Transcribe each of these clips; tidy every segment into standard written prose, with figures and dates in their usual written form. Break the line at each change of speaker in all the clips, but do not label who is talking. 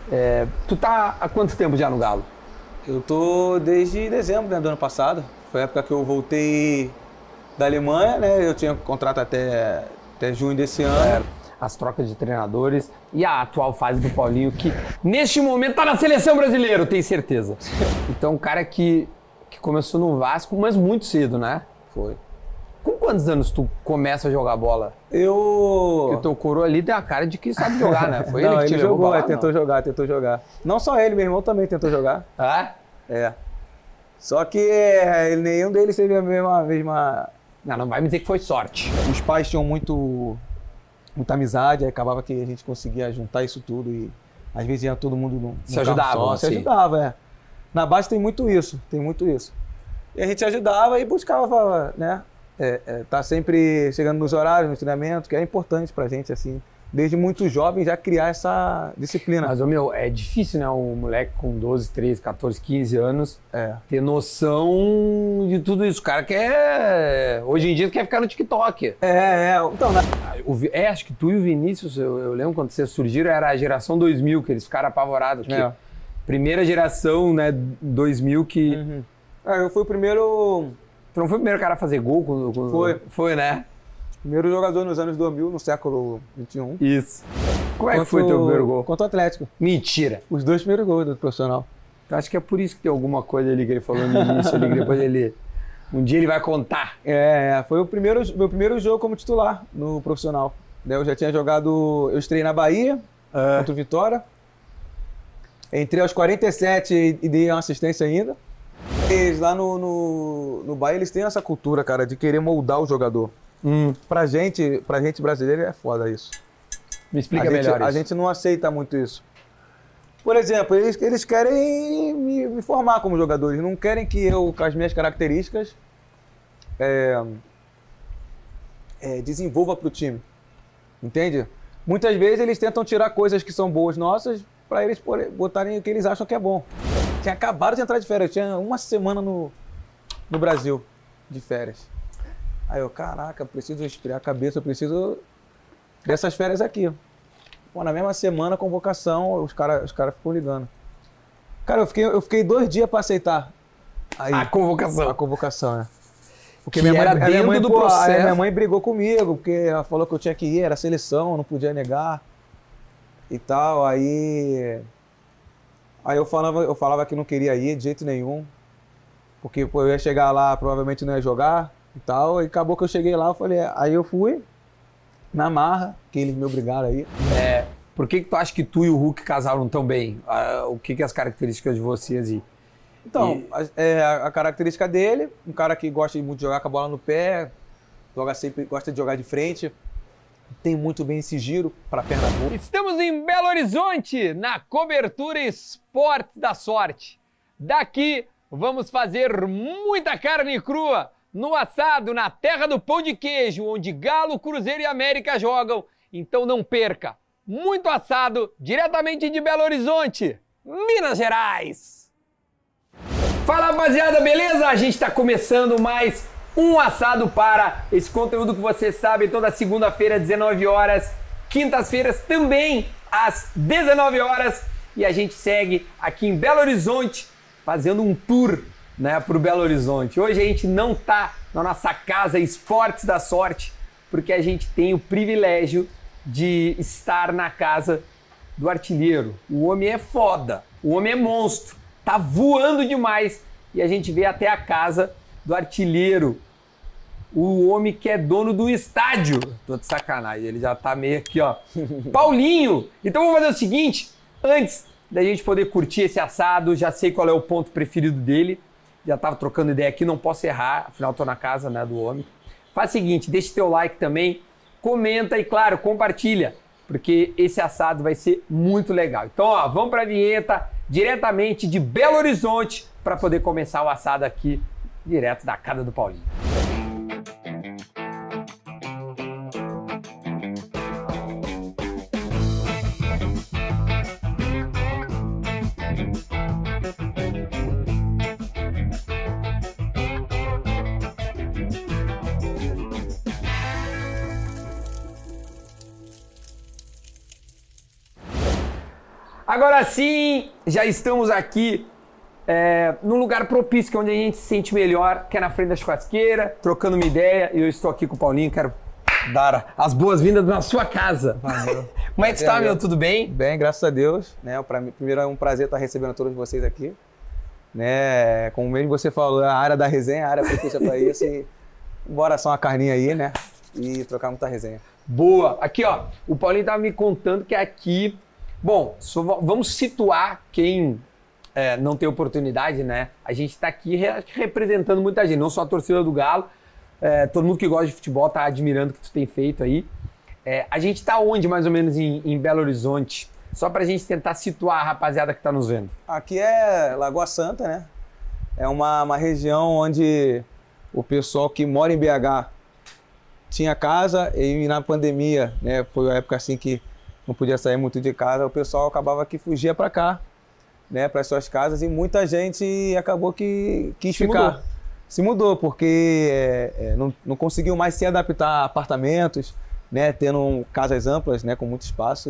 Tu tá há quanto tempo já no Galo?
Eu tô desde dezembro, né, do ano passado. Foi a época que eu voltei da Alemanha, né? Eu tinha contrato até junho desse ano.
As trocas de treinadores e a atual fase do Paulinho, que neste momento tá na seleção brasileira, eu tenho certeza. Então, um cara que começou no Vasco, mas muito cedo, né?
Foi.
Com quantos anos tu começa a jogar bola?
Eu...
Porque o teu coroa ali tem a cara de que sabe jogar, né? Foi
Não,
ele que te
ele
levou
jogou,
pra lá,
tentou jogar. Não só ele, meu irmão também tentou jogar.
Ah?
É. Só que nenhum deles teve a mesma...
Não vai me dizer que foi sorte.
Os pais tinham muita amizade, aí acabava que a gente conseguia juntar isso tudo e às vezes ia todo mundo no
Se ajudava,
se ajudava, é. Na base tem muito isso. E a gente ajudava e buscava, né, tá sempre chegando nos horários, no treinamento, que é importante pra gente, assim, desde muito jovem já criar essa disciplina.
Mas, é difícil, né, um moleque com 12, 13, 14, 15 anos ter noção de tudo isso. O cara quer, hoje em dia, quer ficar no TikTok.
Então,
acho que tu e o Vinícius, eu lembro quando vocês surgiram, era a geração 2000, que eles ficaram apavorados. Primeira geração, né, 2000 que...
Uhum. Eu fui o primeiro...
Tu não foi o primeiro cara a fazer gol? Foi, né?
Primeiro jogador nos anos 2000, no século XXI.
Isso. Como é que foi teu primeiro gol?
Contra o Atlético.
Mentira.
Os 2 primeiros gols do profissional.
Eu acho que é por isso que tem alguma coisa ali que ele falou no início, ali, que depois ele... Um dia ele vai contar.
Foi meu primeiro jogo como titular no profissional. Eu já tinha jogado... Eu estreiei na Bahia, contra o Vitória. Entrei aos 47 e dei uma assistência ainda. Eles lá no Bahia, eles têm essa cultura, cara, de querer moldar o jogador. Pra gente brasileiro é foda isso.
Me explica melhor isso.
A gente não aceita muito isso. Por exemplo, eles querem me formar como jogador. Eles não querem que eu, com as minhas características, desenvolva pro time. Entende? Muitas vezes eles tentam tirar coisas que são boas nossas para eles botarem o que eles acham que é bom. Tinha acabado de entrar de férias, eu tinha uma semana no Brasil de férias. Aí eu, caraca, preciso esfriar a cabeça, eu preciso dessas férias aqui. Pô, na mesma semana, convocação, os cara ficam ligando. Cara, eu fiquei 2 dias para aceitar
a convocação.
A convocação, né?
Porque minha
mãe brigou comigo, porque ela falou que eu tinha que ir, era seleção, eu não podia negar e tal. Aí eu falava que não queria ir de jeito nenhum, porque pô, eu ia chegar lá, provavelmente não ia jogar e tal. E acabou que eu cheguei lá, aí eu fui na marra, que eles me obrigaram aí.
Por que tu acha que tu e o Hulk casaram tão bem? O que as características de vocês?
Então, a característica dele, um cara que gosta muito de jogar com a bola no pé, gosta de jogar de frente, tem muito bem esse giro para a perna boa.
Estamos em Belo Horizonte, na cobertura Esportes da Sorte. Daqui vamos fazer muita carne crua no assado, na terra do pão de queijo, onde Galo, Cruzeiro e América jogam. Então não perca! Muito assado, diretamente de Belo Horizonte, Minas Gerais! Fala, rapaziada, beleza? A gente está começando mais um assado para esse conteúdo que vocês sabem, toda segunda-feira, 19 horas, quintas-feiras também, às 19 horas. E a gente segue aqui em Belo Horizonte, fazendo um tour, né, pro Belo Horizonte. Hoje a gente não tá na nossa casa Esportes da Sorte, porque a gente tem o privilégio de estar na casa do artilheiro. O homem é foda, o homem é monstro, tá voando demais. E a gente veio até a casa do artilheiro, o homem que é dono do estádio. Tô de sacanagem, ele já tá meio aqui, ó. Paulinho! Então vamos fazer o seguinte, antes da gente poder curtir esse assado, já sei qual é o ponto preferido dele, já tava trocando ideia aqui, não posso errar, afinal tô na casa, né, do homem. Faz o seguinte, deixa teu like também, comenta e, claro, compartilha, porque esse assado vai ser muito legal. Então, ó, vamos pra vinheta, diretamente de Belo Horizonte, para poder começar o assado aqui, direto da casa do Paulinho. Agora sim, já estamos aqui num lugar propício, que é onde a gente se sente melhor, que é na frente da churrasqueira, trocando uma ideia, e eu estou aqui com o Paulinho, quero dar as boas-vindas na sua casa.
Valeu.
Como é que está, meu? Tudo bem?
Bem, graças a Deus. Né? Para mim, primeiro é um prazer estar recebendo todos vocês aqui. Né? Como mesmo você falou, a área da resenha, a área propícia para isso. E bora só uma carninha aí, né? E trocar muita resenha.
Boa! Aqui, ó, o Paulinho estava me contando que aqui... Bom, vamos situar quem não tem oportunidade, né? A gente está aqui representando muita gente, não só a torcida do Galo. Todo mundo que gosta de futebol está admirando o que tu tem feito aí. A gente está onde, mais ou menos, em Belo Horizonte? Só para a gente tentar situar a rapaziada que está nos vendo.
Aqui é Lagoa Santa, né? É uma região onde o pessoal que mora em BH tinha casa e na pandemia, né? Foi uma época assim que não podia sair muito de casa, o pessoal acabava que fugia para cá, né? Para as suas casas, e muita gente acabou que quis ficar. Se mudou, porque não conseguiu mais se adaptar a apartamentos, né? Tendo casas amplas, né? Com muito espaço,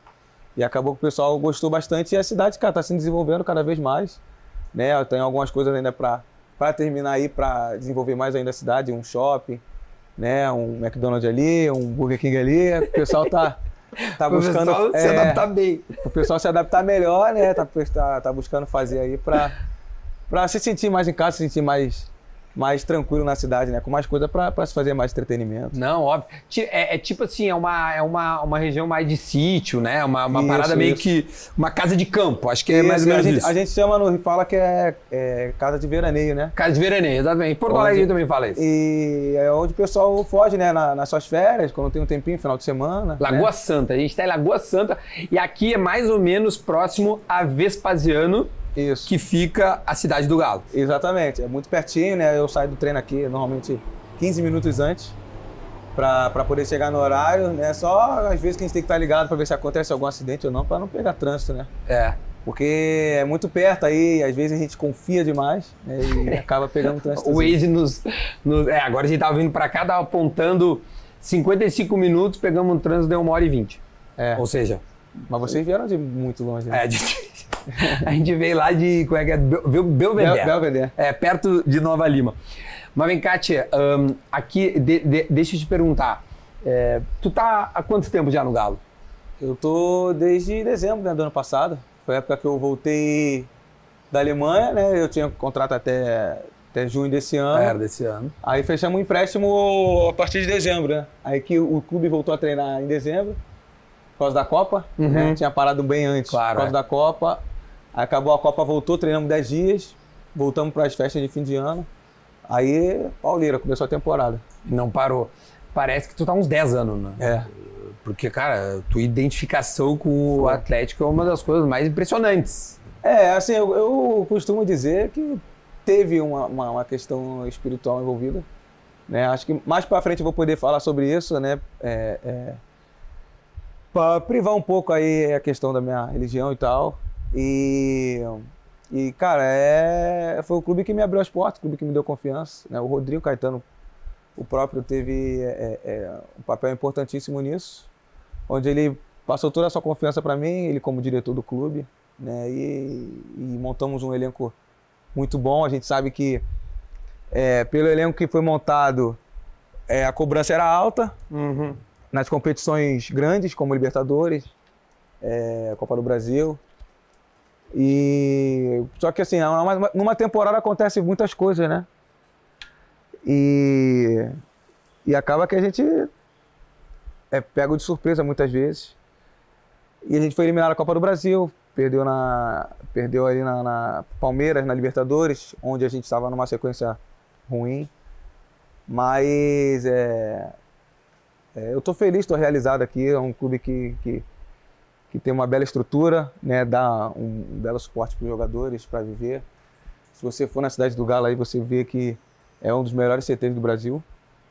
e acabou que o pessoal gostou bastante, e a cidade, cara, está se desenvolvendo cada vez mais, né? Tem algumas coisas ainda para terminar aí, para desenvolver mais ainda a cidade, um shopping, né? Um McDonald's ali, um Burger King ali, o pessoal tá buscando...
O pessoal se adaptar bem.
O pessoal se adaptar melhor, né? Tá buscando fazer aí para se sentir mais em casa, se sentir mais tranquilo na cidade, né? Com mais coisa para se fazer mais entretenimento.
Não, óbvio. Tipo assim, é uma região mais de sítio, né? Uma parada meio que... Uma casa de campo, acho que é mais ou menos isso.
A gente fala que é casa de veraneio, né?
Casa de veraneio, exatamente. Porto Alegre também fala isso.
E é onde o pessoal foge, né? Nas suas férias, quando tem um tempinho, final de semana.
Lagoa
né?
Santa, a gente está em Lagoa Santa, e aqui é mais ou menos próximo a Vespasiano,
Isso.
que fica a cidade do Galo.
Exatamente, é muito pertinho, né? Eu saio do treino aqui normalmente 15 minutos antes para poder chegar no horário, né? Só às vezes que a gente tem que estar ligado para ver se acontece algum acidente ou não, para não pegar trânsito, né? Porque é muito perto aí, às vezes a gente confia demais, né? E acaba pegando trânsito.
O Waze agora a gente tava vindo para cá, tava apontando 55 minutos, pegamos um trânsito, deu 1h20. Ou seja...
Mas vocês vieram de muito longe, né?
A gente veio lá de... Como é que é? Belvedere.
Belvedere.
Perto de Nova Lima. Mas vem cá, tia, aqui, deixa eu te perguntar. Tu tá há quanto tempo já no Galo?
Eu tô desde dezembro, né, do ano passado. Foi a época que eu voltei da Alemanha, né? Eu tinha contrato até junho desse ano.
Era desse ano.
Aí fechamos um empréstimo a partir de dezembro, né? Aí que o clube voltou a treinar em dezembro. Por causa da Copa, né? Tinha parado bem antes,
claro,
por causa da Copa. Aí acabou a Copa, voltou, treinamos 10 dias, voltamos para as festas de fim de ano. Aí, pauleira, começou a temporada.
Não parou. Parece que tu tá uns 10 anos, né? Porque, cara, tua identificação com o Atlético é uma das coisas mais impressionantes.
Assim, eu costumo dizer que teve uma questão espiritual envolvida, né? Acho que mais para frente eu vou poder falar sobre isso, né? Para privar um pouco aí a questão da minha religião e tal. E cara, foi o clube que me abriu as portas, o clube que me deu confiança, né? O Rodrigo Caetano, o próprio, teve um papel importantíssimo nisso, onde ele passou toda a sua confiança para mim, ele como diretor do clube, né? E montamos um elenco muito bom. A gente sabe que pelo elenco que foi montado, a cobrança era alta. Nas competições grandes, como Libertadores, Copa do Brasil. Só que assim, numa temporada acontece muitas coisas, né? E acaba que a gente pega de surpresa muitas vezes. E a gente foi eliminado da Copa do Brasil, perdeu ali na Palmeiras, na Libertadores, onde a gente estava numa sequência ruim. Mas eu estou feliz, estou realizado aqui. É um clube que tem uma bela estrutura, né? Dá um belo suporte para os jogadores, para viver. Se você for na cidade do Galo, aí você vê que é um dos melhores CTs do Brasil.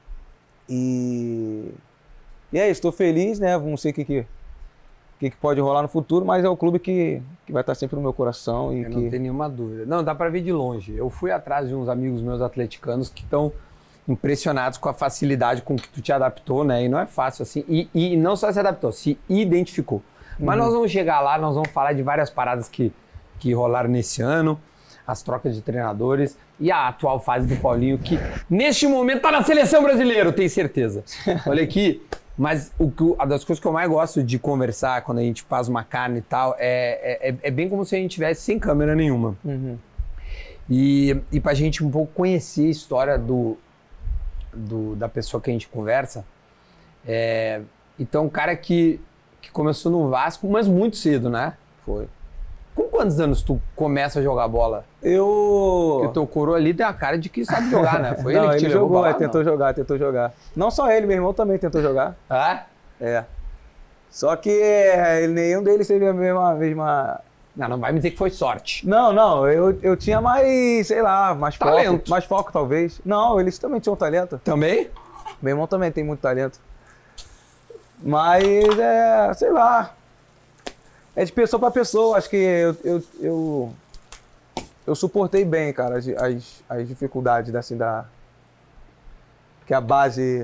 E é isso, estou feliz, né? Não sei o que pode rolar no futuro, mas é o clube que vai estar sempre no meu coração.
Eu não tenho nenhuma dúvida. Não, dá para ver de longe. Eu fui atrás de uns amigos meus atleticanos que estão impressionados com a facilidade com que tu te adaptou, né? E não é fácil assim. E não só se adaptou, se identificou. Mas nós vamos chegar lá, nós vamos falar de várias paradas que rolaram nesse ano, as trocas de treinadores e a atual fase do Paulinho, que neste momento tá na seleção brasileira, eu tenho certeza. Olha aqui, mas uma das coisas que eu mais gosto de conversar quando a gente faz uma carne e tal, é bem como se a gente tivesse sem câmera nenhuma. E pra gente um pouco conhecer a história da pessoa que a gente conversa. Então, um cara que começou no Vasco, mas muito cedo, né?
Foi.
Com quantos anos tu começa a jogar bola?
Porque
o teu coroa ali tem a cara de que sabe jogar, né? Foi
não,
ele que te
ele
levou
jogou,
pra lá,
tentou jogar. Não só ele, meu irmão também tentou jogar.
Ah?
Só que nenhum deles teve a mesma...
Não vai me dizer que foi sorte.
Não, eu tinha mais, sei lá, mais
talento.
Foco. Mais foco, talvez. Não, eles também tinham talento.
Também?
Meu irmão também tem muito talento. Mas, sei lá, é de pessoa pra pessoa. Acho que eu suportei bem, cara, as dificuldades, assim, que a base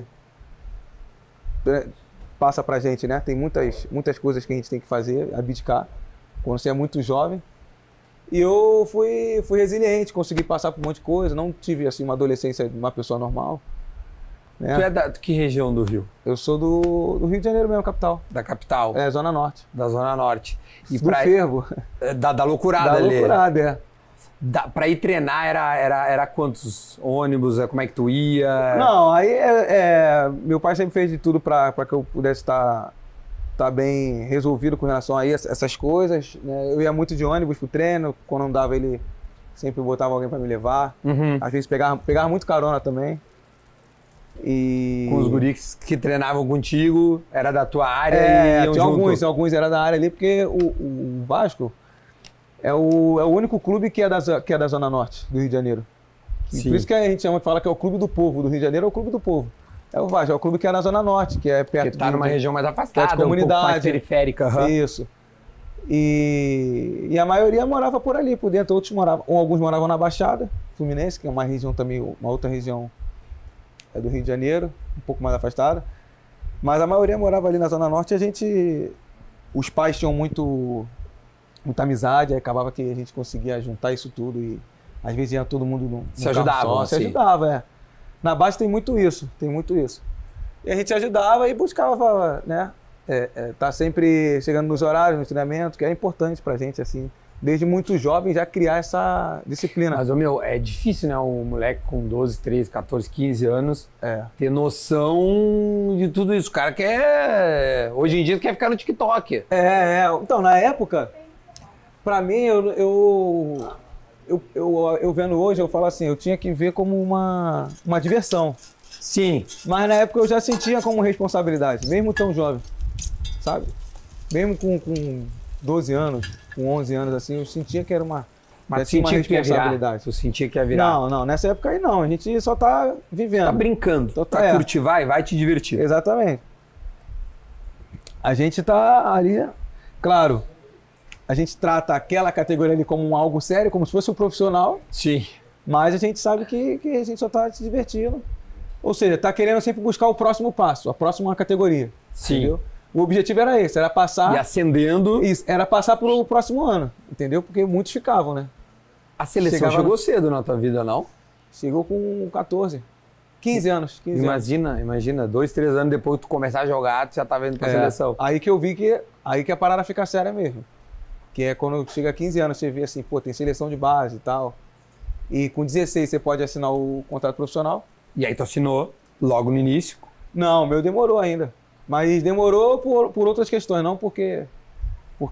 passa pra gente, né? Tem muitas coisas que a gente tem que fazer, abdicar, quando você é muito jovem. E eu fui resiliente, consegui passar por um monte de coisa, não tive, assim, uma adolescência de uma pessoa normal. Né?
Tu é da que região do Rio?
Eu sou do Rio de Janeiro mesmo, capital.
Da capital?
Zona Norte.
Da Zona Norte.
E do fervo.
Da loucurada ali.
Da loucurada,
Pra ir treinar era quantos ônibus? Como é que tu ia?
Não, aí meu pai sempre fez de tudo pra que eu pudesse estar bem resolvido com relação a essas coisas. Né? Eu ia muito de ônibus pro treino, quando não dava ele sempre botava alguém pra me levar. Às vezes pegava muito carona também. E...
Com os guris que treinavam contigo, era da tua área e iam
tinha alguns era da área ali, porque o Vasco é o único clube que é da Zona Norte do Rio de Janeiro. Por isso que a gente fala que é o clube do povo, do Rio de Janeiro é o clube do povo. É o Vasco, é o clube que é na Zona Norte, que é perto
que tá numa região mais afastada,
comunidade,
um pouco mais periférica.
Isso. E a maioria morava por ali, por dentro. Alguns moravam na Baixada Fluminense, que é uma região também, uma outra região do Rio de Janeiro, um pouco mais afastada. Mas a maioria morava ali na Zona Norte e os pais tinham muita amizade, aí acabava que a gente conseguia juntar isso tudo e às vezes ia todo mundo no
se ajudava,
se ajudava, Na base tem muito isso. E a gente ajudava e buscava, né, tá sempre chegando nos horários, no treinamento, que é importante pra gente, assim, desde muito jovem já criar essa disciplina.
Mas, é difícil, né, um moleque com 12, 13, 14, 15 anos ter noção de tudo isso. O cara hoje em dia, quer ficar no TikTok.
Então, na época, pra mim, eu vendo hoje, eu falo assim, eu tinha que ver como uma diversão.
Sim.
Mas na época eu já sentia como responsabilidade, mesmo tão jovem, sabe? Mesmo com 12 anos, com 11 anos, assim, eu sentia que era uma responsabilidade.
Tu sentia que ia virar?
Não, nessa época aí não, a gente só tá vivendo.
Tá brincando, tá curtir, vai te divertir.
Exatamente. A gente tá ali, claro, a gente trata aquela categoria ali como algo sério, como se fosse um profissional.
Sim.
Mas a gente sabe que a gente só tá se divertindo. Ou seja, tá querendo sempre buscar o próximo passo, a próxima categoria.
Sim.
Entendeu? O objetivo era esse, era passar...
E ascendendo...
Isso, era passar pro próximo ano, entendeu? Porque muitos ficavam, né?
A seleção chegou cedo na tua vida, não?
Chegou com 14. 15 anos.
Imagina, 2, 3 anos depois que tu começar a jogar, tu já tava indo pra seleção.
Aí que eu vi que a parada fica séria mesmo. Que é quando chega a 15 anos, você vê assim, tem seleção de base e tal. E com 16 você pode assinar o contrato profissional.
E aí tu assinou logo no início?
Não, o meu demorou ainda. Mas demorou por outras questões, não porque o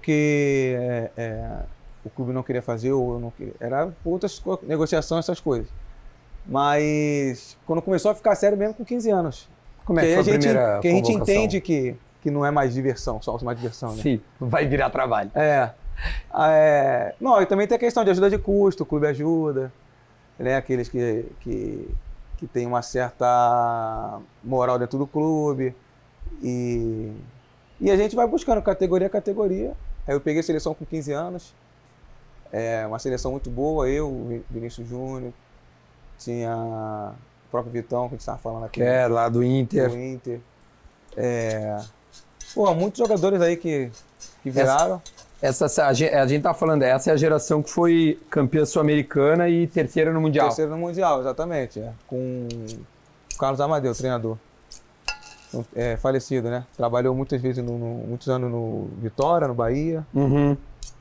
clube não queria fazer ou eu não queria. Era por outras negociações, essas coisas. Mas quando começou a ficar sério mesmo com 15 anos.
Como é que foi a primeira convocação?
Que a gente entende que não é mais diversão, só mais diversão, né?
Sim, vai virar trabalho.
Não, e também tem a questão de ajuda de custo, o clube ajuda, né? Aqueles que tem uma certa moral dentro do clube. E a gente vai buscando categoria a categoria. Aí eu peguei a seleção com 15 anos. Uma seleção muito boa, eu, Vinícius Júnior, tinha o próprio Vitão, que a gente estava falando aqui.
Lá do Inter.
Pô, muitos jogadores aí que viraram.
A gente tá falando, essa é a geração que foi campeã sul-americana e terceira no Mundial.
Terceiro no Mundial, exatamente. Com o Carlos Amadeu, treinador. Falecido, né? Trabalhou muitas vezes, muitos anos no Vitória, no Bahia.
Uhum.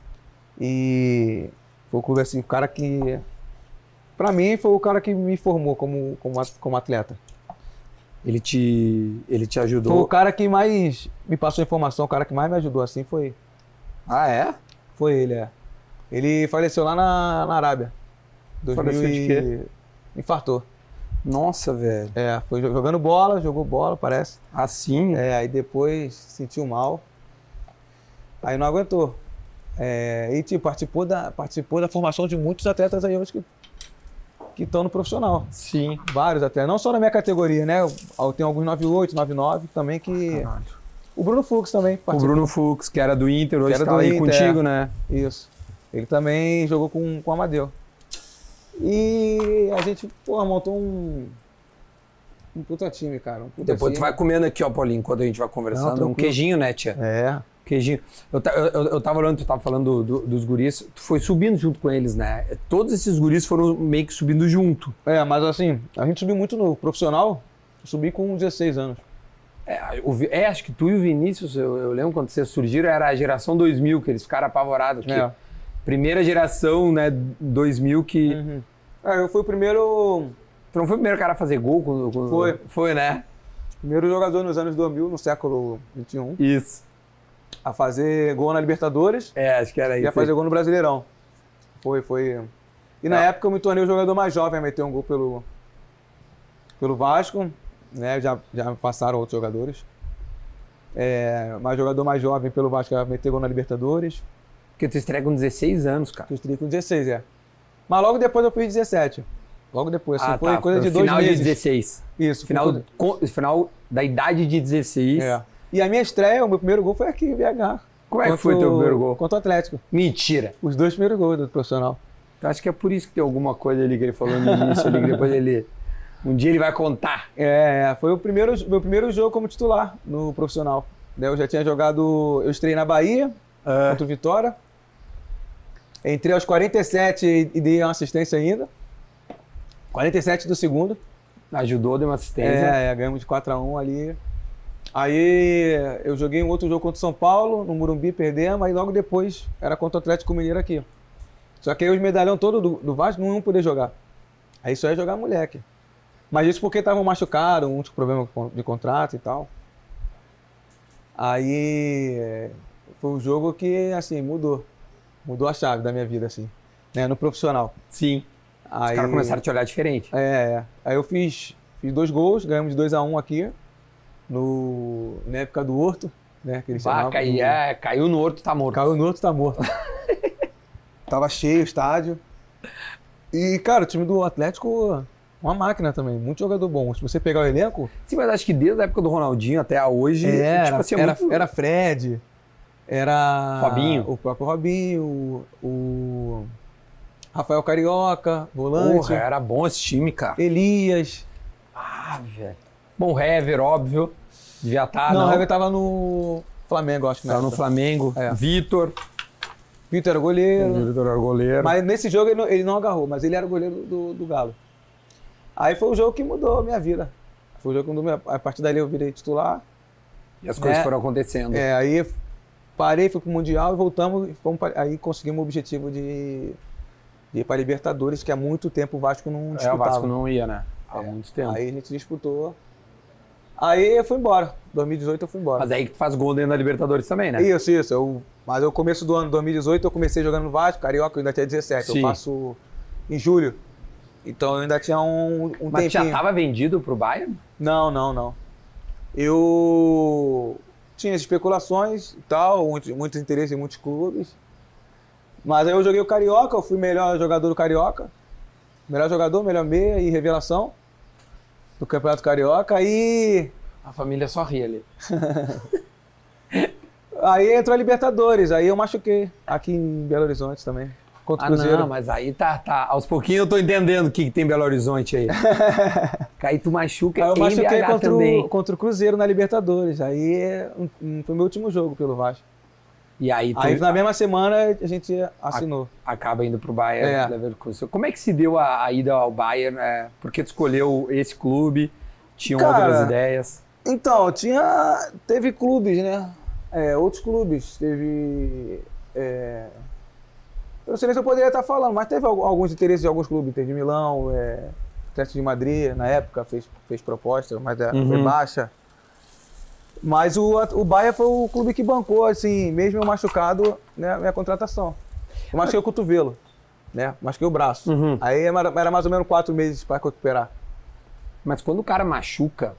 E foi o clube assim, o cara que... Pra mim, foi o cara que me formou como atleta.
Ele te ajudou?
Foi o cara que mais me passou informação, o cara que mais me ajudou assim foi...
Ah, é?
Foi ele, é. Ele faleceu lá na Arábia.
Faleceu de quê?
Infartou.
Nossa, velho.
Foi jogando bola, jogou bola, parece.
Assim?
Aí depois sentiu mal. Aí não aguentou. E tipo, participou da formação de muitos atletas aí hoje que estão no profissional.
Sim.
Vários até, não só na minha categoria, né? Tem alguns 98, 99 também que...
Caralho.
O Bruno Fux também participou.
O Bruno Fux, que era do Inter, hoje está aí contigo, né?
Isso. Ele também jogou com o Amadeu. E a gente, montou um puta time, cara.
Depois tu vai comendo aqui, ó, Paulinho, enquanto a gente vai conversando.
Não,
um queijinho, né, tia? Queijinho. Eu tava olhando, tu tava falando dos guris, tu foi subindo junto com eles, né? Todos esses guris foram meio que subindo junto.
Mas assim, a gente subiu muito no profissional, eu subi com 16 anos.
Acho que tu e o Vinícius, eu lembro quando vocês surgiram, era a geração 2000, que eles ficaram apavorados. Primeira geração, né, 2000 que...
Uhum. Eu fui o primeiro...
Tu não foi o primeiro cara a fazer gol? Foi, né?
Primeiro jogador nos anos 2000, no século XXI.
Isso.
A fazer gol na Libertadores.
Acho que era isso.
E a fazer gol no Brasileirão. Foi. E na época eu me tornei o jogador mais jovem a meter um gol pelo Vasco. Né? Já passaram outros jogadores. Mas jogador mais jovem pelo Vasco a meter gol na Libertadores.
Porque tu estreia com 16 anos, cara.
Eu estreia com 16, Mas logo depois eu fiz 17. Logo depois, assim, foi coisa de 2 meses.
Final de 16.
Isso.
Final da idade de 16.
E a minha estreia, o meu primeiro gol foi aqui em BH.
Como é que foi o teu primeiro gol?
Contra o Atlético.
Mentira.
Os 2 primeiros gols do profissional.
Eu acho que é por isso que tem alguma coisa ali que ele falou no início, ali, que depois ele... Um dia ele vai contar.
Foi meu primeiro jogo como titular no profissional. Eu já tinha jogado... Eu estreiei na Bahia, contra o Vitória. Entrei aos 47 e dei uma assistência ainda. 47 do segundo.
Ajudou, deu uma assistência.
Ganhamos de 4-1 ali. Aí eu joguei um outro jogo contra o São Paulo, no Morumbi, perdemos. Aí logo depois era contra o Atlético Mineiro aqui. Só que aí os medalhão todos do Vasco não iam poder jogar. Aí só ia jogar moleque. Mas isso porque estavam machucados, um tinha problema de contrato e tal. Aí foi um jogo que, assim, mudou a chave da minha vida, assim, né, no profissional.
Sim. Aí, os caras começaram a te olhar diferente.
Aí eu fiz 2 gols, ganhamos de 2-1 aqui, na época do Horto, né, que eles chamavam.
Caiu no Horto, tá morto.
Caiu no Horto, tá morto. Tava cheio o estádio. E, cara, o time do Atlético... Uma máquina também, muito jogador bom. Se você pegar o elenco...
Sim, mas acho que desde a época do Ronaldinho até hoje...
Era Fred, era...
Robinho.
O próprio Robinho, o Rafael Carioca, volante.
Porra, era bom esse time, cara.
Elias.
Velho. Bom, o Hever, óbvio. Devia estar,
não? O Hever tava no Flamengo, acho que
tava no Flamengo. Vitor
era goleiro.
Vitor era goleiro.
Mas nesse jogo ele não agarrou, mas ele era goleiro do Galo. Aí foi o jogo que mudou a minha vida. Foi o jogo que mudou a partir dali eu virei titular.
E as coisas foram acontecendo.
Aí parei, fui pro Mundial e voltamos. Aí conseguimos o objetivo de ir para Libertadores, que há muito tempo o Vasco não disputava.
O Vasco não ia, né? Há muito tempo.
Aí a gente disputou. Aí eu fui embora. 2018 eu fui embora.
Mas aí que tu faz gol dentro da Libertadores também, né?
Isso. Mas no começo do ano 2018 eu comecei jogando no Vasco, Carioca, eu ainda tinha 17.
Sim.
Eu faço em julho. Então eu ainda tinha um tempinho.
Mas já estava vendido pro Bayern?
Não. Eu tinha as especulações e tal, muito interesse em muitos clubes. Mas aí eu joguei o Carioca, eu fui melhor jogador do Carioca. Melhor jogador, melhor meia e revelação do Campeonato Carioca. Aí...
A família só ri ali.
Aí entrou a Libertadores, aí eu machuquei aqui em Belo Horizonte também. Contra o Cruzeiro.
Não, mas aí tá. Aos pouquinhos eu tô entendendo o que tem em Belo Horizonte aí. Aí tu machuca
Aí eu
em
machuquei
BH também.
contra o Cruzeiro na Libertadores. Aí foi meu último jogo pelo Vasco.
E aí tu
Aí na mesma semana a gente assinou.
acaba indo pro Bayern
É.
Leverkusen. Como é que se deu a ida ao Bayern? Por que tu escolheu esse clube? Tinham
Cara,
outras ideias?
Então, teve clubes, né? Outros clubes. Teve... eu não sei nem se eu poderia estar falando, mas teve alguns interesses de alguns clubes. Teve Milão, Atlético de Madrid, na época, fez proposta, mas foi baixa. Mas o Bayern foi o clube que bancou, assim, mesmo eu machucado, né, minha contratação. Eu machuquei o cotovelo, né? Machuquei o braço. Aí era mais ou menos 4 meses para recuperar.
Mas quando o cara machuca,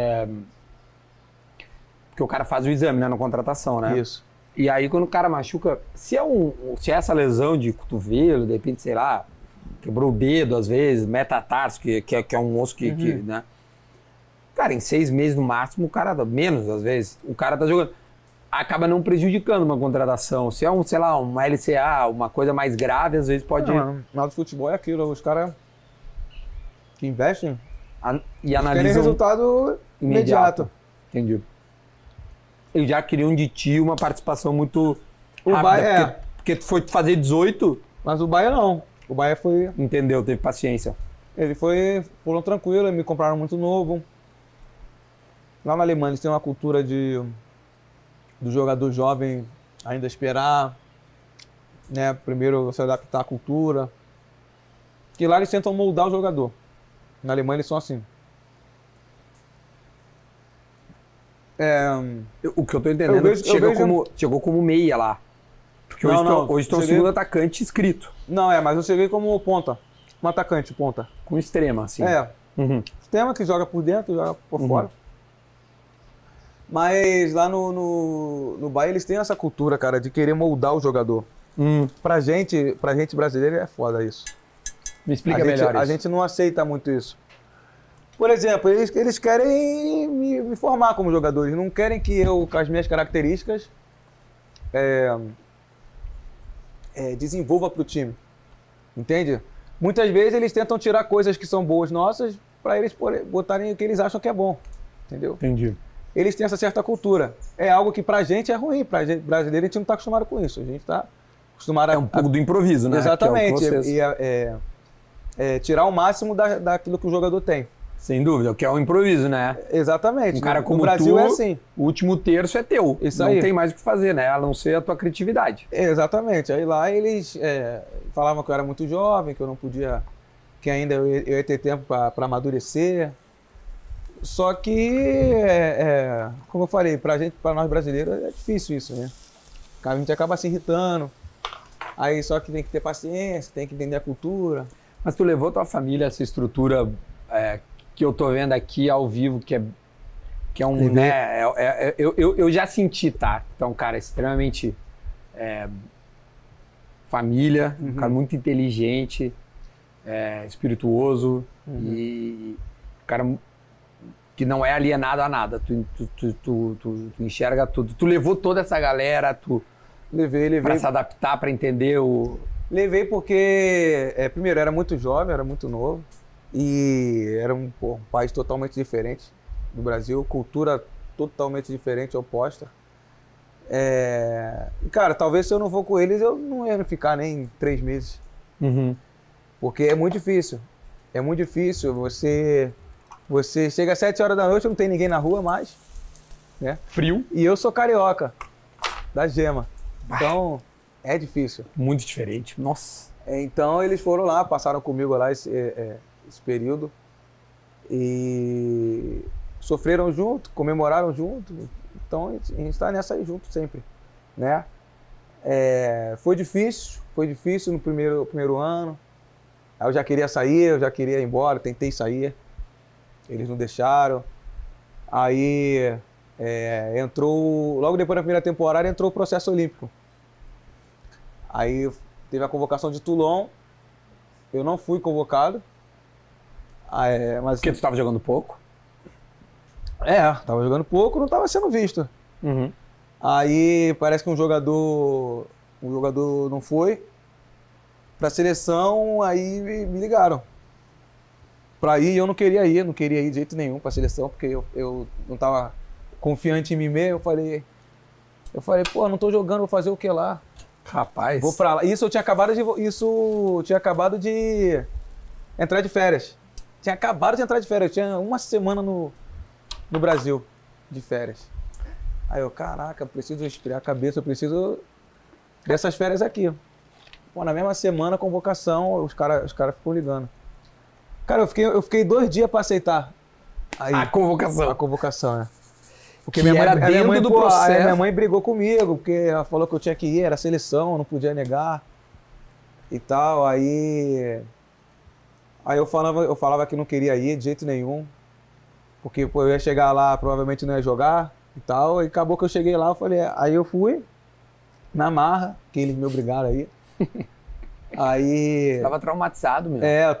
porque o cara faz o exame, né, na contratação, né?
Isso.
E aí quando o cara machuca, se é essa lesão de cotovelo, de repente, sei lá, quebrou o dedo às vezes, metatarso, que é um osso que, né? Cara, em 6 meses no máximo, o cara, menos às vezes, o cara tá jogando. Acaba não prejudicando uma contratação. Se é sei lá, uma LCA, uma coisa mais grave, às vezes pode...
Não, do futebol é aquilo, os caras que investem
e
querem
analisam
resultado imediato.
Entendi. Eles já queriam de ti uma participação muito
O
rápida,
Bayern
porque tu foi fazer 18...
Mas o Bayern não. O Bayern foi...
Entendeu, teve paciência.
Foram tranquilos, me compraram muito novo. Lá na Alemanha eles têm uma cultura do jogador jovem ainda esperar, né? Primeiro se adaptar à cultura. Que lá eles tentam moldar o jogador. Na Alemanha eles são assim.
O que eu tô entendendo é que chegou como meia lá. Porque hoje tu é um segundo atacante inscrito.
Não, mas eu cheguei como ponta. Um atacante, ponta.
Com extrema, assim.
Extrema que joga por dentro, joga por fora. Mas lá no Bayern eles têm essa cultura, cara, de querer moldar o jogador. Pra gente brasileiro é foda isso.
Me explica melhor isso.
A gente não aceita muito isso. Por exemplo, eles querem me formar como jogador. Eles não querem que eu, com as minhas características, desenvolva pro time. Entende? Muitas vezes eles tentam tirar coisas que são boas nossas para eles botarem o que eles acham que é bom. Entendeu?
Entendi.
Eles têm essa certa cultura. É algo que pra gente é ruim. Pra gente brasileiro, a gente não tá acostumado com isso. A gente tá acostumado
É um pouco do improviso, né?
Exatamente. Tirar o máximo daquilo que o jogador tem.
Sem dúvida, que é um improviso, né?
Exatamente.
Um cara como
no Brasil
tu,
é assim.
O último terço é teu.
Isso
não
aí.
tem mais o que fazer, né? A não ser a tua criatividade.
Exatamente. Aí lá eles falavam que eu era muito jovem, que eu não podia... Que ainda eu ia ter tempo para amadurecer. Só que, como eu falei, para nós brasileiros é difícil isso, né? A gente acaba se irritando. Aí só que tem que ter paciência, tem que entender a cultura.
Mas tu levou tua família a essa estrutura que eu tô vendo aqui ao vivo, que é um... né, eu já senti, tá? Então, um cara extremamente família, um cara muito inteligente, espirituoso e cara que não é alienado a nada. Tu enxerga tudo. Tu levou toda essa galera,
Levei.
Pra se adaptar, pra entender o...
Levei porque, primeiro, eu era muito jovem, era muito novo. E era um país totalmente diferente do Brasil, cultura totalmente diferente, oposta. Cara, talvez se eu não for com eles, eu não ia ficar nem 3 meses. Porque é muito difícil. É muito difícil. Você chega às 7 horas da noite, não tem ninguém na rua mais. Né?
Frio.
E eu sou carioca, da Gema. Então, é difícil.
Muito diferente. Nossa.
Então, eles foram lá, passaram comigo lá esse período. E sofreram junto, comemoraram junto. Então, a gente está nessa aí junto sempre. Né? Foi difícil no primeiro ano. Aí eu já queria sair, eu já queria ir embora, tentei sair. Eles não deixaram. Aí logo depois da primeira temporada, entrou o processo olímpico. Aí teve a convocação de Toulon. Eu não fui convocado. Mas
porque tu estava jogando pouco?
Estava jogando pouco, não estava sendo visto. Aí parece que um jogador não foi para a seleção, aí me ligaram. pra ir, e eu não queria ir de jeito nenhum pra seleção, porque eu não tava confiante em mim mesmo. Eu falei, pô, não tô jogando, vou fazer o que lá?
Rapaz.
Vou pra lá. Isso tinha acabado de entrar de férias. Tinha acabado de entrar de férias. Eu tinha uma semana no Brasil de férias. Aí eu, caraca, preciso esfriar a cabeça, eu preciso dessas férias aqui. Pô, na mesma semana, convocação, os cara ficam ligando. Cara, eu fiquei 2 dias pra aceitar. Aí,
a convocação.
A convocação, né?
Porque minha
mãe brigou comigo, porque ela falou que eu tinha que ir, era seleção, não podia negar e tal. Aí eu falava que não queria ir de jeito nenhum, porque pô, eu ia chegar lá, provavelmente não ia jogar e tal. E acabou que eu cheguei lá, aí eu fui na marra, que eles me obrigaram aí. Aí...
Você tava traumatizado mesmo.
Eu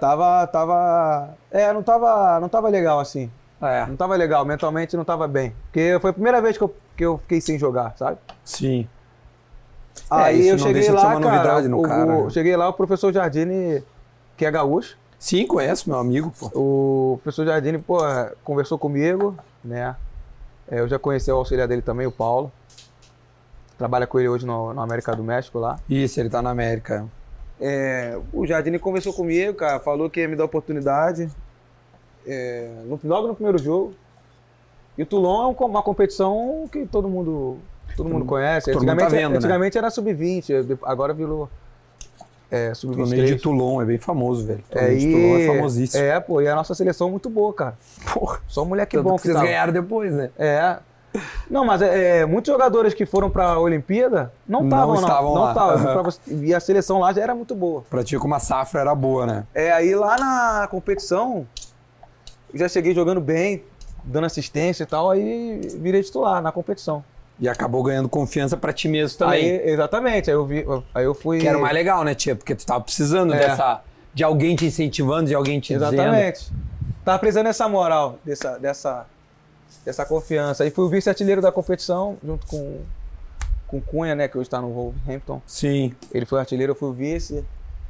não tava legal assim. Não tava legal, mentalmente não tava bem. Porque foi a primeira vez que eu fiquei sem jogar, sabe?
Sim.
Aí eu cheguei lá, cara,
cheguei
lá, o professor Jardine, que é gaúcho.
Sim, conheço, meu amigo, pô.
O professor Jardine, pô, conversou comigo, né? Eu já conheci o auxiliar dele também, o Paulo. Trabalha com ele hoje no América do México lá.
Isso, ele tá na América.
O Jardine conversou comigo, cara, falou que ia me dar oportunidade. Logo no primeiro jogo. E o Toulon é uma competição que todo mundo conhece. Antigamente era sub-20, agora virou sub-23. O
torneio de Toulon é bem famoso, velho. O torneio de Toulon é famosíssimo.
Pô, e a nossa seleção é muito boa, cara.
Porra,
só moleque bom que
vocês ganharam depois, né?
Não, mas muitos jogadores que foram pra Olimpíada não estavam lá. E a seleção lá já era muito boa.
Pra ti, como a safra era boa, né?
Aí lá na competição, eu já cheguei jogando bem, dando assistência e tal, aí virei titular na competição.
E acabou ganhando confiança pra ti mesmo também.
Exatamente, aí eu fui...
Que era o mais legal, né, tia? Porque tu tava precisando de alguém te incentivando, de alguém te dizendo.
Exatamente. Tava precisando dessa moral, dessa confiança. Aí fui o vice-artilheiro da competição, junto com o Cunha, né, que hoje tá no Wolverhampton.
Sim.
Ele foi o artilheiro, eu fui o vice.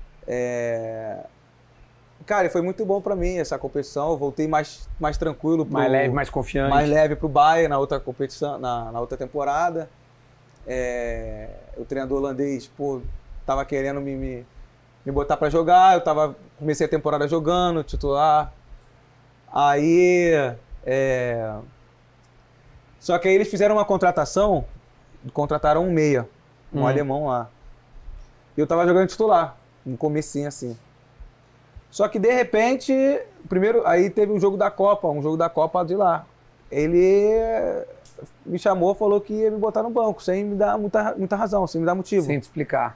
Cara, foi muito bom pra mim essa competição. Eu voltei mais tranquilo.
Mais leve, mais confiante.
Mais leve pro Bayern na outra competição, na outra temporada. O treinador holandês, pô, tava querendo me botar pra jogar. Comecei a temporada jogando, titular. Aí... Só que aí eles fizeram uma contratação, contrataram um meia, um alemão lá. E eu tava jogando titular, no comecinho assim. Só que de repente, aí teve um jogo da Copa de lá. Ele me chamou, falou que ia me botar no banco, sem me dar muita razão, sem me dar motivo.
Sem te explicar.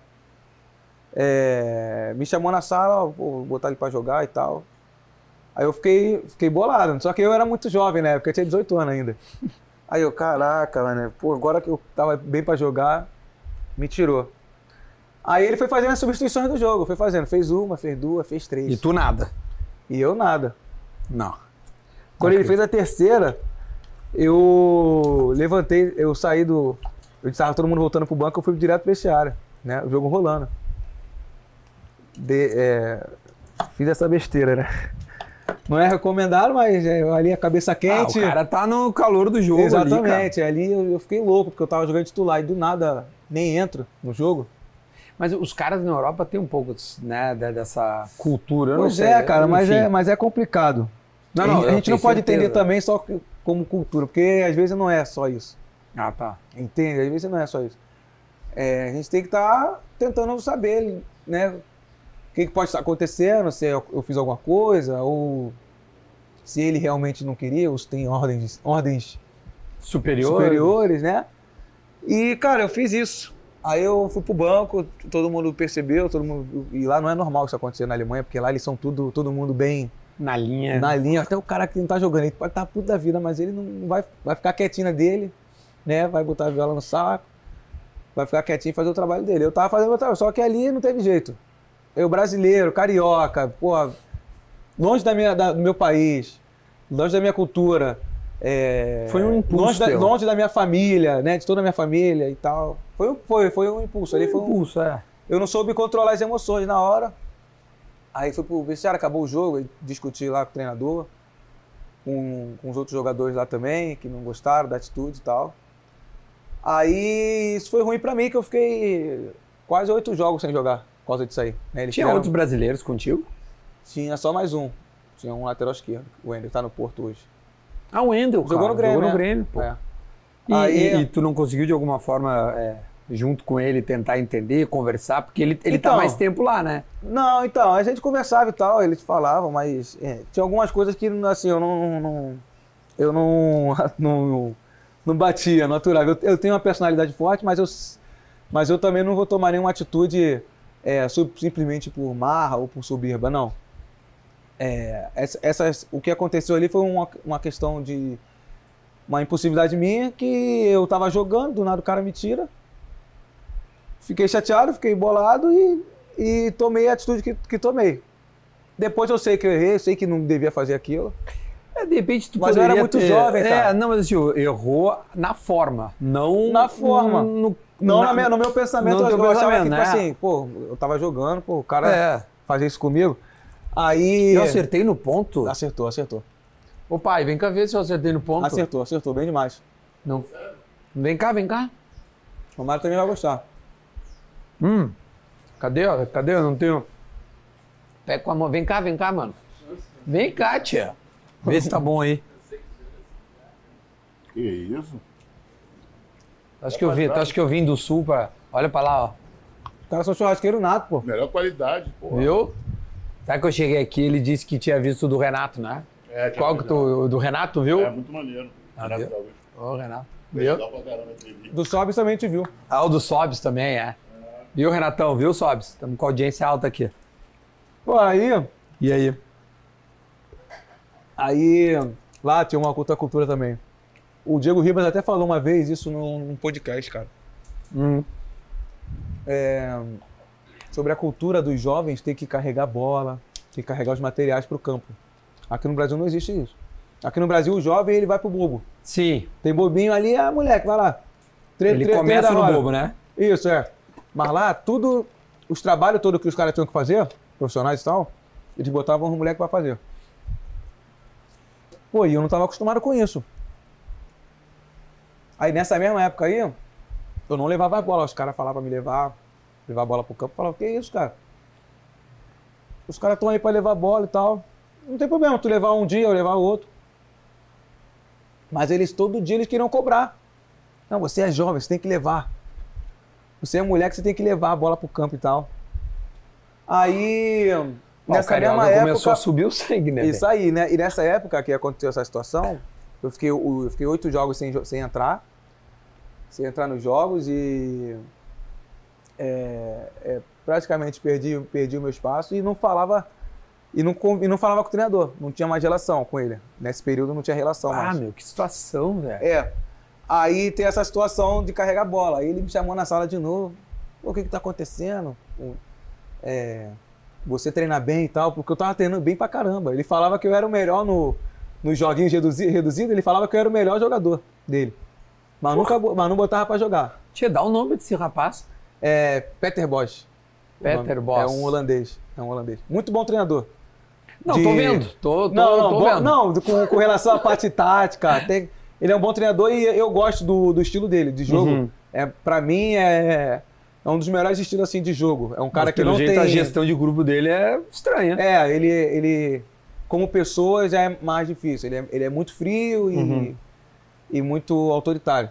Me chamou na sala, vou botar ele pra jogar e tal. Aí eu fiquei bolado, só que eu era muito jovem, né? Porque eu tinha 18 anos ainda. Aí eu, caraca, mano, pô, agora que eu tava bem pra jogar, me tirou. Aí ele foi fazendo as substituições do jogo, fez uma, fez duas, fez 3.
E tu nada?
E eu nada.
Não.
Quando ele fez a terceira, eu levantei, eu estava todo mundo voltando pro banco, eu fui direto pro vestiário, né? O jogo rolando. Fiz essa besteira, né? Não é recomendado, mas ali a cabeça quente.
O cara tá no calor do jogo.
Exatamente, ali eu fiquei louco, porque eu tava jogando titular e do nada nem entro no jogo.
Mas os caras na Europa têm um pouco, né, dessa cultura, eu
não sei. Cara, mas é complicado. A gente não pode entender também só como cultura, porque às vezes não é só isso.
Ah, tá.
Entende? Às vezes não é só isso. A gente tem que estar tentando saber, né? O que pode estar acontecendo, se eu fiz alguma coisa, ou se ele realmente não queria, ou se tem ordens superiores, né? E, cara, eu fiz isso. Aí eu fui pro banco, todo mundo percebeu, e lá não é normal isso acontecer na Alemanha, porque lá eles são todo mundo bem...
Na linha.
Até o cara que não tá jogando, ele pode estar puto da vida, mas ele não vai ficar quietinho na dele, né? Vai botar a viola no saco, vai ficar quietinho e fazer o trabalho dele. Eu tava fazendo o meu trabalho, só que ali não teve jeito. Eu brasileiro, carioca, pô, longe do meu país, longe da minha cultura.
Foi um impulso
longe da minha família, né? De toda a minha família e tal. Foi um impulso. Ali foi um impulso, Eu não soube controlar as emoções na hora. Aí fui pro vestiário, acabou o jogo, discuti lá com o treinador, com os outros jogadores lá também, que não gostaram da atitude e tal. Aí isso foi ruim pra mim, que eu fiquei quase 8 jogos sem jogar, por causa disso aí. Né? Eles
Tinha
tiveram-
outros brasileiros contigo?
Tinha só mais um. Tinha um lateral esquerdo, o Wender, tá no Porto hoje.
Ah, o Wendel, cara.
Jogou no Grêmio,
Jogou no
né?
Grêmio, pô.
É.
E,
Aí-
e tu não conseguiu de alguma forma, junto com ele, tentar entender, conversar? Porque ele tá
Então.
mais tempo lá, né?
Não, então, a gente conversava e tal, eles falavam, mas tinha algumas coisas que, assim, eu não batia, natural. Eu tenho uma personalidade forte, mas eu também não vou tomar nenhuma atitude simplesmente por marra ou por soberba, não. O que aconteceu ali foi uma questão de uma impulsividade minha, que eu tava jogando, do nada o cara me tira. Fiquei chateado, fiquei bolado e tomei a atitude que tomei. Depois eu sei que eu errei, sei que não devia fazer aquilo.
De repente tu
Mas eu era
poderia
muito
ter-
jovem, cara.
Não, mas assim, errou na forma, não...
Na forma.
No
No meu pensamento,
no teu
eu achava que,
pensamento,
tipo
né?
assim, pô, eu tava jogando, pô, o cara
É.
fazia isso comigo. Aí...
Eu acertei no ponto?
Acertou.
Ô pai, vem cá ver se eu acertei no ponto.
Acertou, bem demais.
Não. Vem cá, vem cá.
O Mário também vai gostar.
Cadê, ó? Cadê? Eu não tenho... Pega com a mão. Vem cá, mano. Vem cá, tia.
Vê se tá bom aí.
Que isso?
Acho que eu vim do sul pra... Olha pra lá, ó.
Os caras são churrasqueiros nato, pô.
Melhor qualidade, pô.
Viu? Sabe que eu cheguei aqui, ele disse que tinha visto o do Renato, né?
É, tinha
Qual que
cuidado.
do Renato, viu?
É muito maneiro. Renato
viu?
Gaúcho.
Ô, Renato. Viu?
Legal pra caramba a entrevista.
Do Sobis também te viu.
Ah, o do Sobs também, é. Viu, Renatão? Viu, Sobs? Estamos com audiência alta aqui.
Pô, aí...
E aí?
Aí, lá tinha uma outra cultura também. O Diego Ribas até falou uma vez isso num podcast, cara. Sobre a cultura dos jovens ter que carregar bola, ter que carregar os materiais pro campo. Aqui no Brasil não existe isso. Aqui no Brasil o jovem ele vai pro bobo.
Sim.
Tem bobinho ali, moleque, vai lá.
Ele começa no bobo, né?
Isso, é. Mas lá, tudo, os trabalhos todos que os caras tinham que fazer, profissionais e tal, eles botavam os moleques pra fazer. Pô, e eu não tava acostumado com isso. Aí nessa mesma época aí, eu não levava a bola. Os caras falavam pra me levar a bola pro campo. Eu falava, que isso, cara? Os caras estão aí pra levar a bola e tal. Não tem problema, tu levar um dia, eu levar o outro. Mas todo dia eles queriam cobrar. Não, você é jovem, você tem que levar. Você é mulher, que você tem que levar a bola pro campo e tal. Aí, nessa
Carioca
mesma época...
começou a subir o sangue, né?
Isso aí, né? E nessa época que aconteceu essa situação, eu fiquei 8 jogos sem entrar nos jogos e praticamente perdi o meu espaço e não falava com o treinador, não tinha mais relação com ele. Nesse período não tinha relação
Ah,
mais.
meu, que situação, velho.
Aí tem essa situação de carregar a bola. Aí ele me chamou na sala de novo. Pô, o que tá acontecendo? Você treinar bem e tal, porque eu tava treinando bem pra caramba. Ele falava que eu era o melhor nos joguinhos reduzidos, ele falava que eu era o melhor jogador dele. Mas não botava pra jogar.
Tia, dá o nome desse rapaz.
Peter Bosz.
Peter
É
Bosz.
um holandês. Muito bom treinador.
Não, tô vendo. Tô
Não,
vendo.
não, com relação à parte tática. Ele é um bom treinador e eu gosto do estilo dele, de jogo. Pra mim, é um dos melhores estilos assim, de jogo. É um cara
Mas,
que
pelo
não
jeito,
tem...
a gestão de grupo dele é estranha.
Ele como pessoa já é mais difícil. Ele é muito frio e muito autoritário.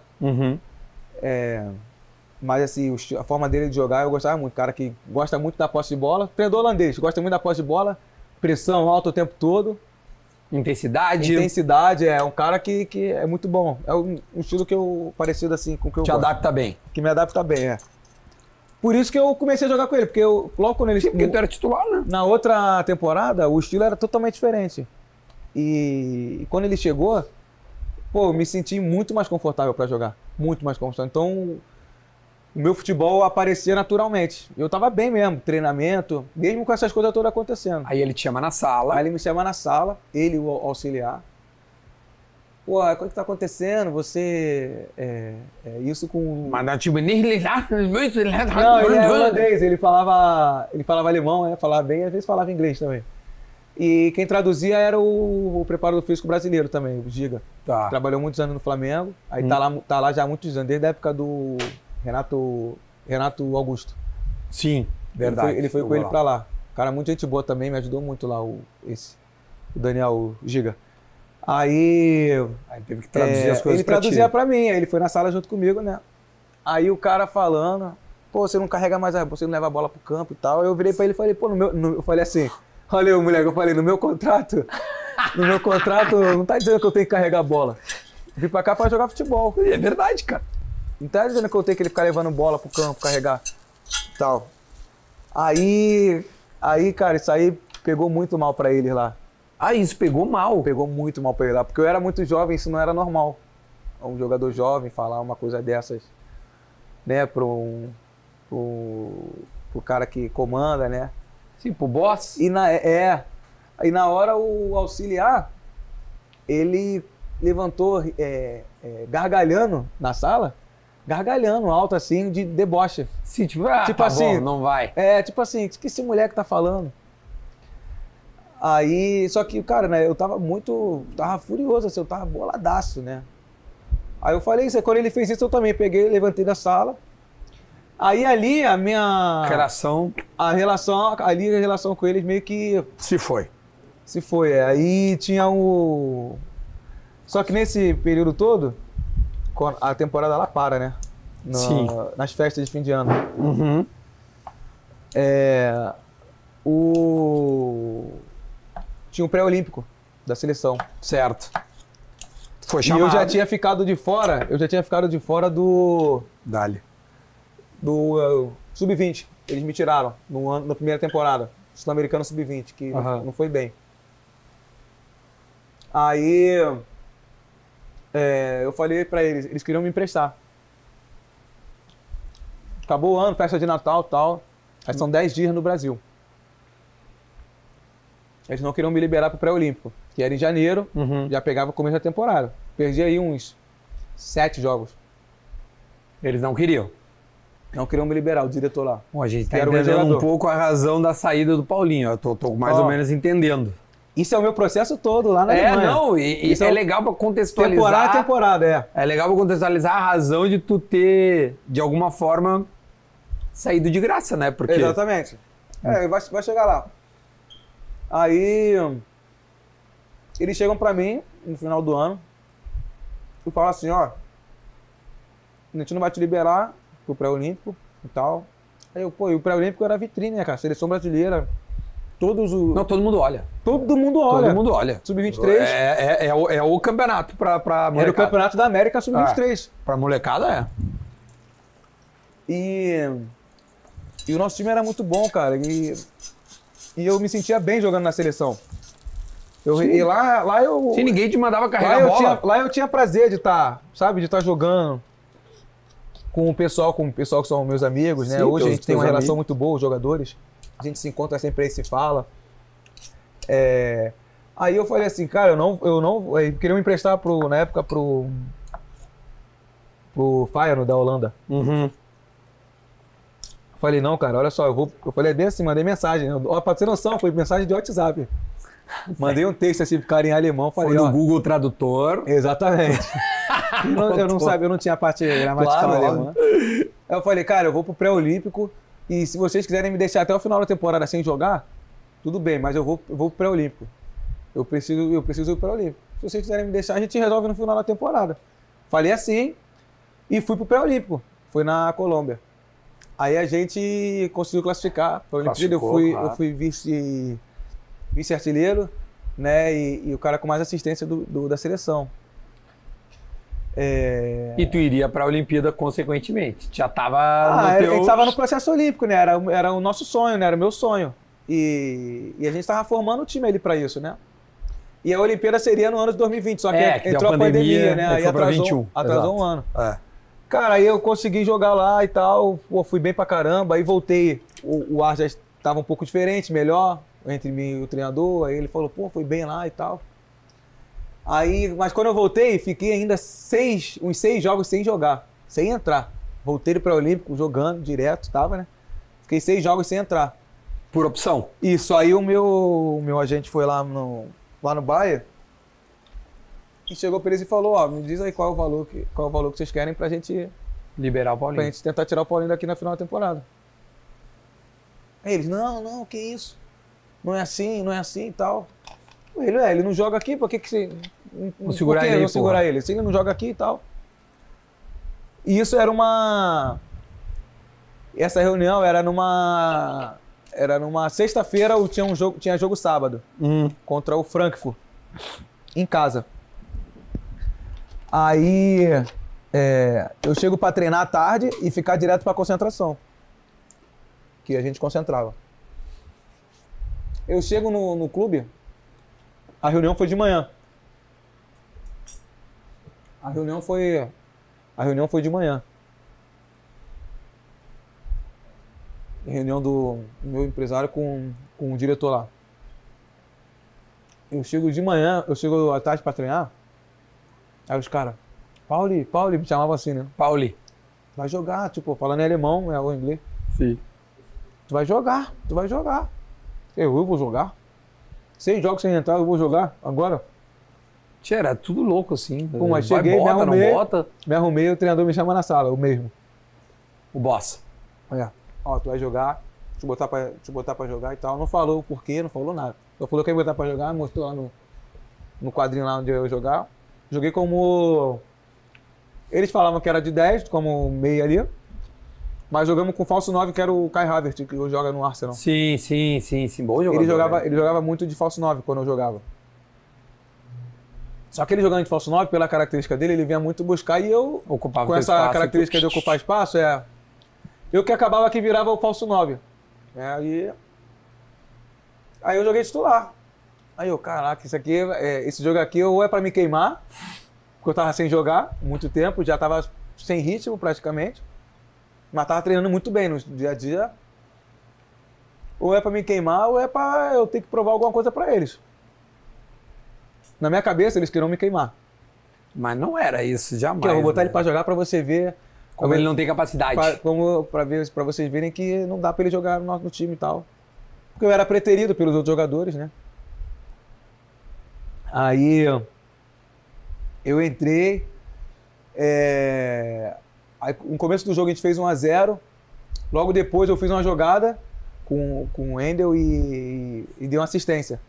Mas assim, a forma dele de jogar eu gostava muito. Cara que gosta muito da posse de bola. Treinador holandês, gosta muito da posse de bola. Pressão alta o tempo todo.
Intensidade.
Intensidade, é um cara que é muito bom. É um estilo que eu, parecido assim com o que eu
Te
gosto.
adapta bem.
Que me adapta bem, Por isso que eu comecei a jogar com ele, porque logo quando ele...
Sim, porque tu era titular, né?
Na outra temporada, o estilo era totalmente diferente. E quando ele chegou, pô, eu me senti muito mais confortável para jogar. Muito mais confortável. Então, o meu futebol aparecia naturalmente. Eu tava bem mesmo, treinamento, mesmo com essas coisas todas acontecendo.
Aí ele te chama na sala.
Aí ele me chama na sala, ele o auxiliar. pô, o que tá acontecendo? Você, isso com...
Mas não, tipo, nem
Não, ele é holandês, ele falava alemão, falava bem, às vezes falava inglês também. E quem traduzia era o preparador físico brasileiro também, o Giga.
Tá.
Trabalhou muitos anos no Flamengo, aí tá lá já há muitos anos, desde a época do Renato Augusto.
Sim, verdade.
Ele foi com ele pra lá. Cara, muita gente boa também, me ajudou muito lá, o Daniel, o Giga. Aí
teve que traduzir as coisas
ele traduzia pra mim, aí ele foi na sala junto comigo, né? Aí o cara falando, pô, você não carrega mais você não leva a bola pro campo e tal. Aí eu virei pra ele e falei, pô, eu falei assim, olha, moleque, eu falei, no meu contrato não tá dizendo que eu tenho que carregar a bola. Eu vim pra cá pra jogar futebol.
É verdade, cara.
Não tá dizendo que eu tenho que ele ficar levando bola pro campo, carregar tal. Aí, cara, isso aí pegou muito mal pra ele lá.
Ah, isso pegou mal.
Pegou muito mal pra ele lá, porque eu era muito jovem, isso não era normal. Um jogador jovem falar uma coisa dessas, né, pro cara que comanda, né?
Sim, pro boss.
E na hora o auxiliar, ele levantou gargalhando na sala, gargalhando alto assim, de deboche.
Sim, tipo,
Tipo assim,
bom, não vai.
Tipo assim, o que esse moleque tá falando? Aí, só que, cara, né, eu tava furioso, assim, eu tava boladaço, né? Aí eu falei isso, quando ele fez isso eu também peguei, levantei da sala. Aí ali a relação com eles meio que...
Se foi.
Aí tinha Só que nesse período todo, a temporada lá para, né?
Sim.
Nas festas de fim de ano.
Uhum.
Tinha um pré-olímpico da seleção.
Certo. Foi
E
chamado.
eu já tinha ficado de fora do
Dali.
Sub-20. Eles me tiraram na primeira temporada. Sul-Americano Sub-20, que não foi bem. Aí eu falei pra eles queriam me emprestar. Acabou o ano, festa de Natal e tal. Aí são 10 dias no Brasil. Eles não queriam me liberar pro pré-olímpico, que era em janeiro, já pegava o começo da temporada. Perdi aí uns 7 jogos.
Eles não queriam.
Não queriam me liberar, o diretor lá.
Bom, a gente tá
Era o
entendendo
jogador.
um pouco a razão da saída do Paulinho. Eu tô mais ou menos entendendo.
Isso é o meu processo todo lá na Alemanha.
E
Isso
é legal pra contextualizar.
Temporada a temporada,
É legal pra contextualizar a razão de tu ter, de alguma forma, saído de graça, né? Porque...
Exatamente. Vai chegar lá. Aí, eles chegam pra mim, no final do ano, e falam assim, ó, a gente não vai te liberar pro pré-olímpico e tal. Aí eu, e o pré-olímpico era vitrine, né, cara? Seleção brasileira,
Não, todo mundo olha.
Todo mundo olha.
Todo mundo olha.
Sub-23.
É o campeonato pra molecada.
Era o campeonato da América Sub-23.
Pra molecada,
E o nosso time era muito bom, cara. E eu me sentia bem jogando na seleção. E lá eu...
Se ninguém te mandava carregar a bola.
Lá eu tinha prazer de estar, sabe? De estar jogando com o pessoal que são meus amigos, né?
Sim,
Hoje a gente tem uma relação
amigos.
muito boa, os jogadores. A gente se encontra sempre aí, se fala. Aí eu falei assim, cara, eu não queria me emprestar na época pro Feyenoord da Holanda. Eu falei, não, cara, olha só, eu falei bem assim, mandei mensagem. Pra ter noção, foi mensagem de WhatsApp. Mandei um texto assim pro cara em alemão. Falei,
foi no Google Tradutor.
Exatamente. eu não tinha a parte gramatical alemã. Aí eu falei, cara, eu vou pro pré-olímpico e se vocês quiserem me deixar até o final da temporada sem jogar, tudo bem, mas eu vou pro pré-olímpico. Eu preciso ir pro pré-olímpico. Se vocês quiserem me deixar, a gente resolve no final da temporada. Falei assim e fui pro pré-olímpico. Fui na Colômbia. Aí a gente conseguiu classificar para a Olimpíada. Eu fui vice-artilheiro, né? E o cara com mais assistência da seleção.
E tu iria para a Olimpíada consequentemente. Já estava
no teu... A gente estava no processo olímpico, né? Era o nosso sonho, né? Era o meu sonho. E a gente estava formando o time ali para isso, né? E a Olimpíada seria no ano de 2020, só que entrou a pandemia, né? Aí atrasou um ano. Cara, aí eu consegui jogar lá e tal, fui bem pra caramba, aí voltei, o ar já estava um pouco diferente, melhor, entre mim e o treinador, aí ele falou, foi bem lá e tal. Aí, mas quando eu voltei, fiquei ainda uns 6 jogos sem jogar, sem entrar. Voltei para o Olímpico jogando direto, tava, né? Fiquei 6 jogos sem entrar.
Por opção?
Isso, aí o meu agente foi lá no Bayer e chegou para eles e falou, ó, me diz aí qual é o valor que vocês querem pra gente
Liberar o Paulinho.
pra gente tentar tirar o Paulinho daqui na final da temporada. Aí eles, não, que isso? Não é assim e tal. Ele não joga aqui, por que você...
Vou segurar ele aí,
Vou segurar
porra.
ele. Se ele não joga aqui e tal. E isso era uma... Essa reunião era numa sexta-feira, tinha jogo sábado. Contra o Frankfurt. Em casa. Aí... eu chego pra treinar à tarde e ficar direto pra concentração. Que a gente concentrava. Eu chego no clube, a reunião foi de manhã. A reunião foi de manhã. Reunião do meu empresário com o diretor lá. Eu chego de manhã, eu chego à tarde pra treinar. Aí os caras, Pauli, me chamavam assim, né?
Pauli.
Vai jogar, tipo, falando em alemão, ou inglês.
Sim.
Tu vai jogar. Eu vou jogar. 6 jogos sem entrar, eu vou jogar agora.
Tia, era tudo louco assim.
Pô, mas
Vai,
cheguei,
bota,
me arrumei.
não bota.
Me arrumei, o treinador me chama na sala, o mesmo.
O boss.
Ó, tu vai jogar, te botar pra jogar e tal. Não falou o porquê, não falou nada. Só falou que ia botar pra jogar, mostrou lá no quadrinho lá onde eu ia jogar. Joguei como... Eles falavam que era de 10, como meia ali. Mas jogamos com o falso 9, que era o Kai Havertz, que joga no Arsenal.
Sim. Bom jogador.
Ele jogava muito de falso 9 quando eu jogava. Só que ele jogando de falso 9, pela característica dele, ele vinha muito buscar e eu,
Ocupava
com
teu
essa
espaço,
característica de ocupar espaço, eu que acabava que virava o falso 9. Aí eu joguei titular. Aí eu, caraca, esse jogo aqui ou é pra me queimar, porque eu tava sem jogar muito tempo, já tava sem ritmo praticamente, mas tava treinando muito bem no dia a dia. Ou é pra me queimar, ou é pra eu ter que provar alguma coisa pra eles. Na minha cabeça, eles queriam me queimar.
Mas não era isso, jamais.
Que eu vou botar
né?
ele pra jogar pra você ver.
Como ele não tem capacidade.
Pra vocês verem que não dá pra ele jogar no time e tal. Porque eu era preterido pelos outros jogadores, né? Aí eu entrei. Aí, no começo do jogo a gente fez 1-0. Logo depois eu fiz uma jogada com o Wendel e dei uma assistência.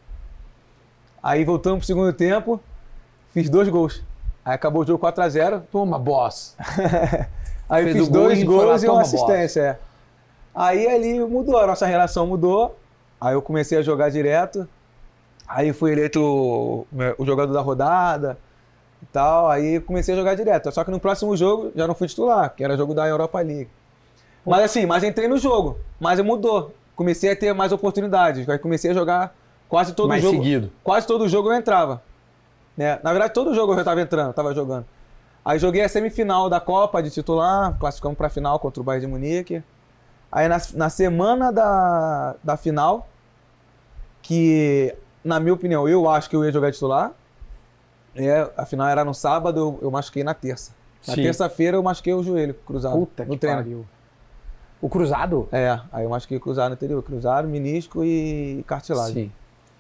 Aí voltamos pro segundo tempo, fiz 2 gols. Aí acabou o jogo 4-0.
Toma, boss.
Aí
Fez
fiz
o gol
2
e foi lá,
gols e uma
toma,
assistência. Aí ali mudou, a nossa relação mudou. Aí eu comecei a jogar direto. Aí fui eleito o jogador da rodada e tal. Aí comecei a jogar direto. Só que no próximo jogo já não fui titular, que era jogo da Europa League. Mas assim, entrei no jogo. Mas mudou. Comecei a ter mais oportunidades. Aí comecei a jogar quase todo
Mais
jogo.
seguido.
Quase todo jogo eu entrava. Né? Na verdade, todo jogo eu já estava entrando, estava jogando. Aí joguei a semifinal da Copa de titular, classificamos para a final contra o Bayern de Munique. Aí na semana da final, que na minha opinião eu acho que eu ia jogar titular, a final era no sábado, eu machuquei na terça. Na
Sim.
terça-feira eu machuquei o joelho cruzado.
Puta
no
que
treino.
pariu. O cruzado?
Aí eu machuquei cruzado no anterior, cruzado, menisco e cartilagem.
Sim.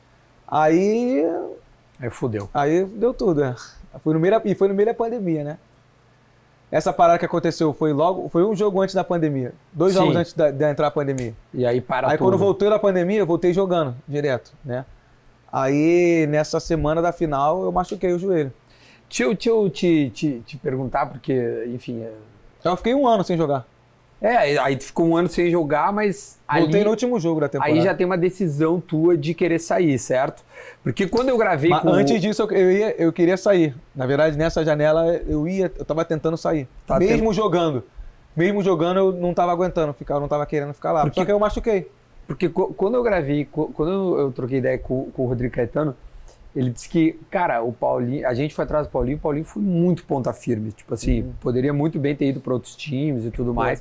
Aí
fudeu.
Aí deu tudo, né? Foi no meio da pandemia, né? Essa parada que aconteceu foi um jogo antes da pandemia. 2
Sim.
jogos antes de entrar a pandemia.
E aí para
Aí
tudo.
quando voltou da pandemia, eu voltei jogando direto, né? Aí nessa semana da final eu machuquei o joelho.
Deixa eu te perguntar, porque, enfim...
Então eu fiquei 1 ano sem jogar.
Aí tu ficou 1 ano sem jogar, mas
Voltei
ali,
no último jogo da temporada.
aí já tem uma decisão tua de querer sair, certo? Porque quando eu gravei
Mas
com...
antes disso eu queria sair. Na verdade, nessa janela eu tava tentando sair.
Tá
Mesmo jogando eu não tava aguentando ficar, eu não tava querendo ficar lá.
Porque-
Só que eu machuquei.
Porque quando eu gravei, quando eu troquei ideia com o Rodrigo Caetano, ele disse que, cara, o Paulinho, a gente foi atrás do Paulinho, o Paulinho foi muito ponta firme. Tipo assim, poderia muito bem ter ido para outros times e tudo mais.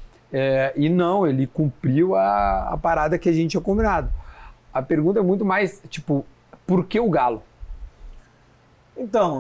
E não, ele cumpriu a parada que a gente tinha combinado. A pergunta é muito mais, tipo, por que o Galo?
Então,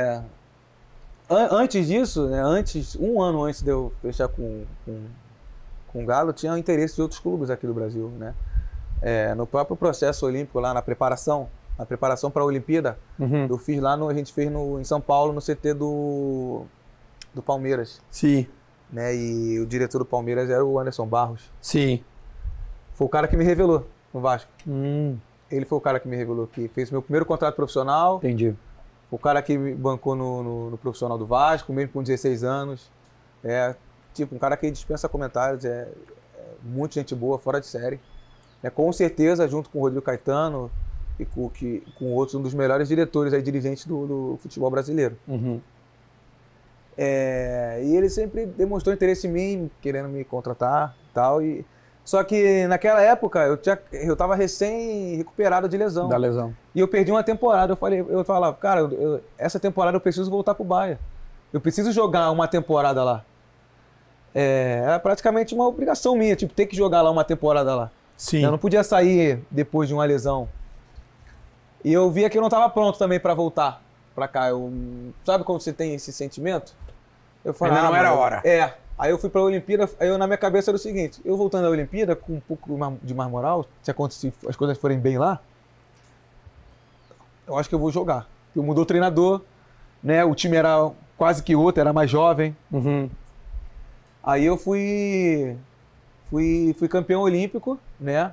antes disso, né, um ano antes de eu fechar com o Galo, tinha interesse de outros clubes aqui do Brasil, né? No próprio processo olímpico, lá na preparação para a Olimpíada, eu fiz lá, a gente fez em São Paulo, no CT do Palmeiras.
Sim.
Né? E o diretor do Palmeiras era o Anderson Barros.
Sim.
Foi o cara que me revelou no Vasco. Ele foi o cara que me revelou, que fez meu primeiro contrato profissional.
Entendi.
O cara que me bancou no profissional do Vasco, mesmo com 16 anos. Um cara que dispensa comentários, muito gente boa, fora de série. Com certeza, junto com o Rodrigo Caetano e com outros, um dos melhores diretores aí, dirigentes do futebol brasileiro. E ele sempre demonstrou interesse em mim, querendo me contratar e tal. Só que naquela época eu estava recém-recuperado de lesão.
Da lesão. E
eu perdi uma temporada. Eu falava, cara, essa temporada eu preciso voltar pro Bahia. Eu preciso jogar uma temporada lá. Era praticamente uma obrigação minha, ter que jogar lá uma temporada lá.
Sim.
Eu não podia sair depois de uma lesão. E eu via que eu não estava pronto também para voltar para cá. Sabe quando você tem esse sentimento? Eu falei,
ainda não era a hora.
Aí eu fui para a Olimpíada, na minha cabeça era o seguinte, eu voltando à Olimpíada com um pouco de mais moral, se as coisas forem bem lá, eu acho que eu vou jogar. Eu mudou o treinador, né? O time era quase que outro, era mais jovem. Aí eu fui campeão olímpico, né?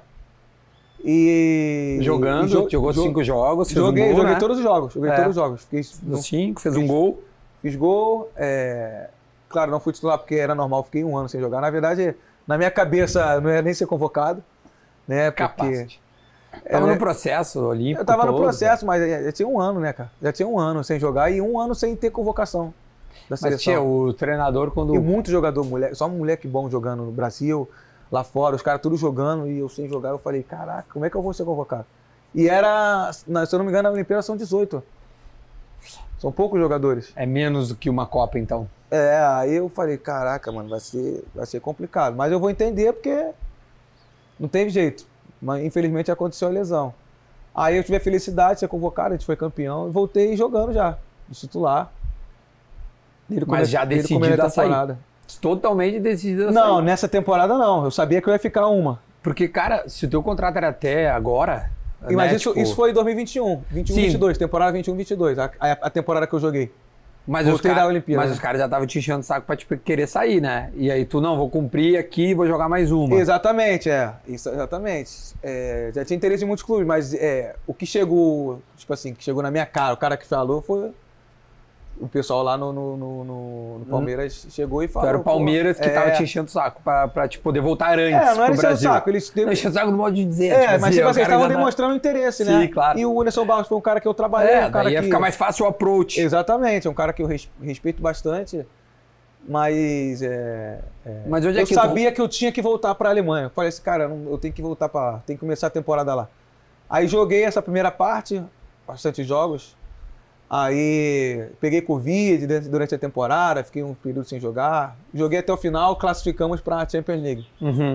Jogou 5 jogos, fez
joguei,
um gol,
joguei
né?
todos os jogos, todos os jogos.
Nos 5, fez um gol.
Fiz gol, claro, não fui titular porque era normal, fiquei um ano sem jogar. Na verdade, na minha cabeça, não ia nem ser convocado, né?
Capaz. Tava no processo olímpico.
Eu tava no processo, mas já tinha um ano, né, cara? Já tinha um ano sem jogar e um ano sem ter convocação da seleção.
Mas tinha o treinador quando...
E muito jogador, só um moleque bom jogando no Brasil, lá fora, os caras tudo jogando e eu sem jogar. Eu falei, caraca, como é que eu vou ser convocado? E se eu não me engano, na Olimpíada são 18. São poucos jogadores.
É menos do que uma Copa, então.
Aí eu falei, caraca, mano, vai ser complicado. Mas eu vou entender porque não teve jeito. Mas infelizmente aconteceu a lesão. Aí eu tive a felicidade de ser convocado, a gente foi campeão e voltei jogando já, de titular.
Mas já decidido a sair. Totalmente decidido a sair.
Não, nessa temporada não. Eu sabia que eu ia ficar uma.
Porque, cara, se o teu contrato era até agora...
Mas isso foi em 2021, 21-22, temporada 21-22, a temporada que eu joguei.
Mas os caras já estavam te enchendo o saco pra querer sair, né? E aí tu, não, vou cumprir aqui e vou jogar mais uma.
Exatamente, isso, exatamente. Já tinha interesse em muitos clubes, mas o que chegou, que chegou na minha cara, o cara que falou foi... O pessoal lá no Palmeiras chegou e falou...
Era o Palmeiras que tava te enchendo o saco pra te poder voltar antes
não era
pro Brasil.
Saco,
não, enchendo o saco no modo de dizer.
Mas vocês estavam demonstrando interesse, né?
Sim, claro.
E o Anderson Barros foi um cara que eu trabalhei.
Daí ia ficar mais fácil o approach.
Exatamente, é um cara que eu respeito bastante, mas...
Mas onde
eu sabia que eu tinha que voltar pra Alemanha. Eu falei assim, cara, eu tenho que voltar pra lá, tenho que começar a temporada lá. Aí joguei essa primeira parte, bastante jogos. Aí peguei Covid durante a temporada, fiquei um período sem jogar. Joguei até o final, classificamos para a Champions League.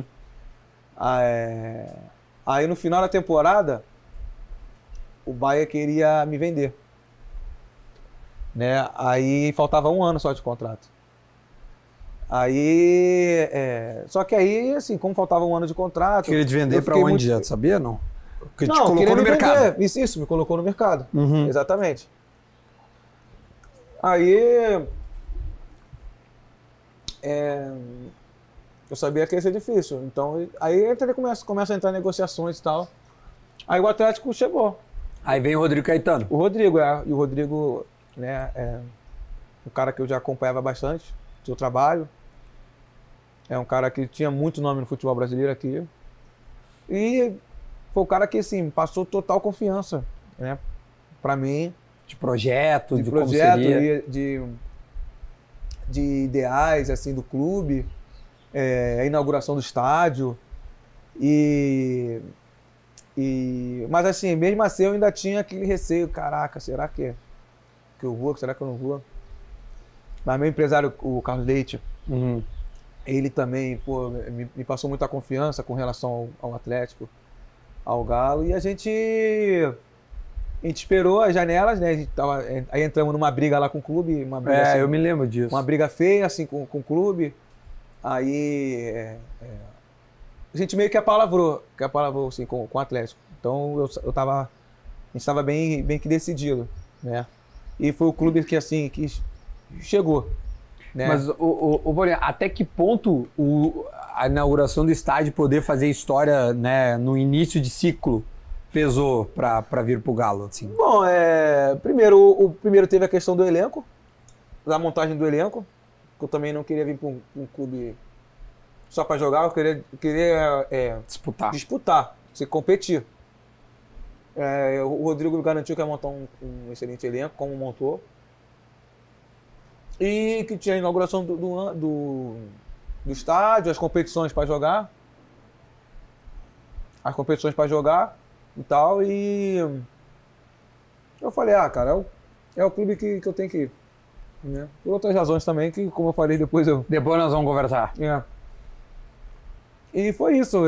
Aí no final da temporada, o Bahia queria me vender. Né? Aí faltava um ano só de contrato. Aí, só que aí, assim, como faltava um ano de contrato...
Queria te vender para onde já, sabia? Não?
Porque te colocou no mercado. Isso, me colocou no mercado. Exatamente. Aí, eu sabia que ia ser difícil, então, aí começa a entrar em negociações e tal. Aí o Atlético chegou.
Aí vem o Rodrigo Caetano.
O Rodrigo, e o Rodrigo, né, é um cara que eu já acompanhava bastante, seu trabalho. É um cara que tinha muito nome no futebol brasileiro aqui. E foi o cara que, assim, passou total confiança, né, pra mim.
De projeto,
de ideais assim, do clube, a inauguração do estádio. Mas assim, mesmo assim eu ainda tinha aquele receio, caraca, será que eu vou, será que eu não vou? Mas meu empresário, o Carlos Leite, ele também me passou muita confiança com relação ao Atlético, ao Galo, e a gente A gente esperou as janelas, né? Aí entramos numa briga lá com o clube. Uma briga, assim,
eu me lembro disso.
uma briga feia, assim, com o clube. Aí a gente meio que apalavrou assim, com o Atlético. Então a gente estava bem que decidido, né? E foi o clube que, assim, que chegou, né?
Mas, Bolinha, até que ponto a inauguração do estádio poder fazer história, né, no início de ciclo pesou para vir pro Galo, assim?
Bom, o primeiro teve a questão do elenco, da montagem do elenco, que eu também não queria vir para um clube só para jogar, eu queria disputar, se competir. O Rodrigo garantiu que ia montar um excelente elenco, como montou. E que tinha a inauguração do estádio, as competições para jogar. E tal. E eu falei, cara, é o clube que eu tenho que ir. Né? Por outras razões também, que como eu falei, depois
nós vamos conversar.
E foi isso.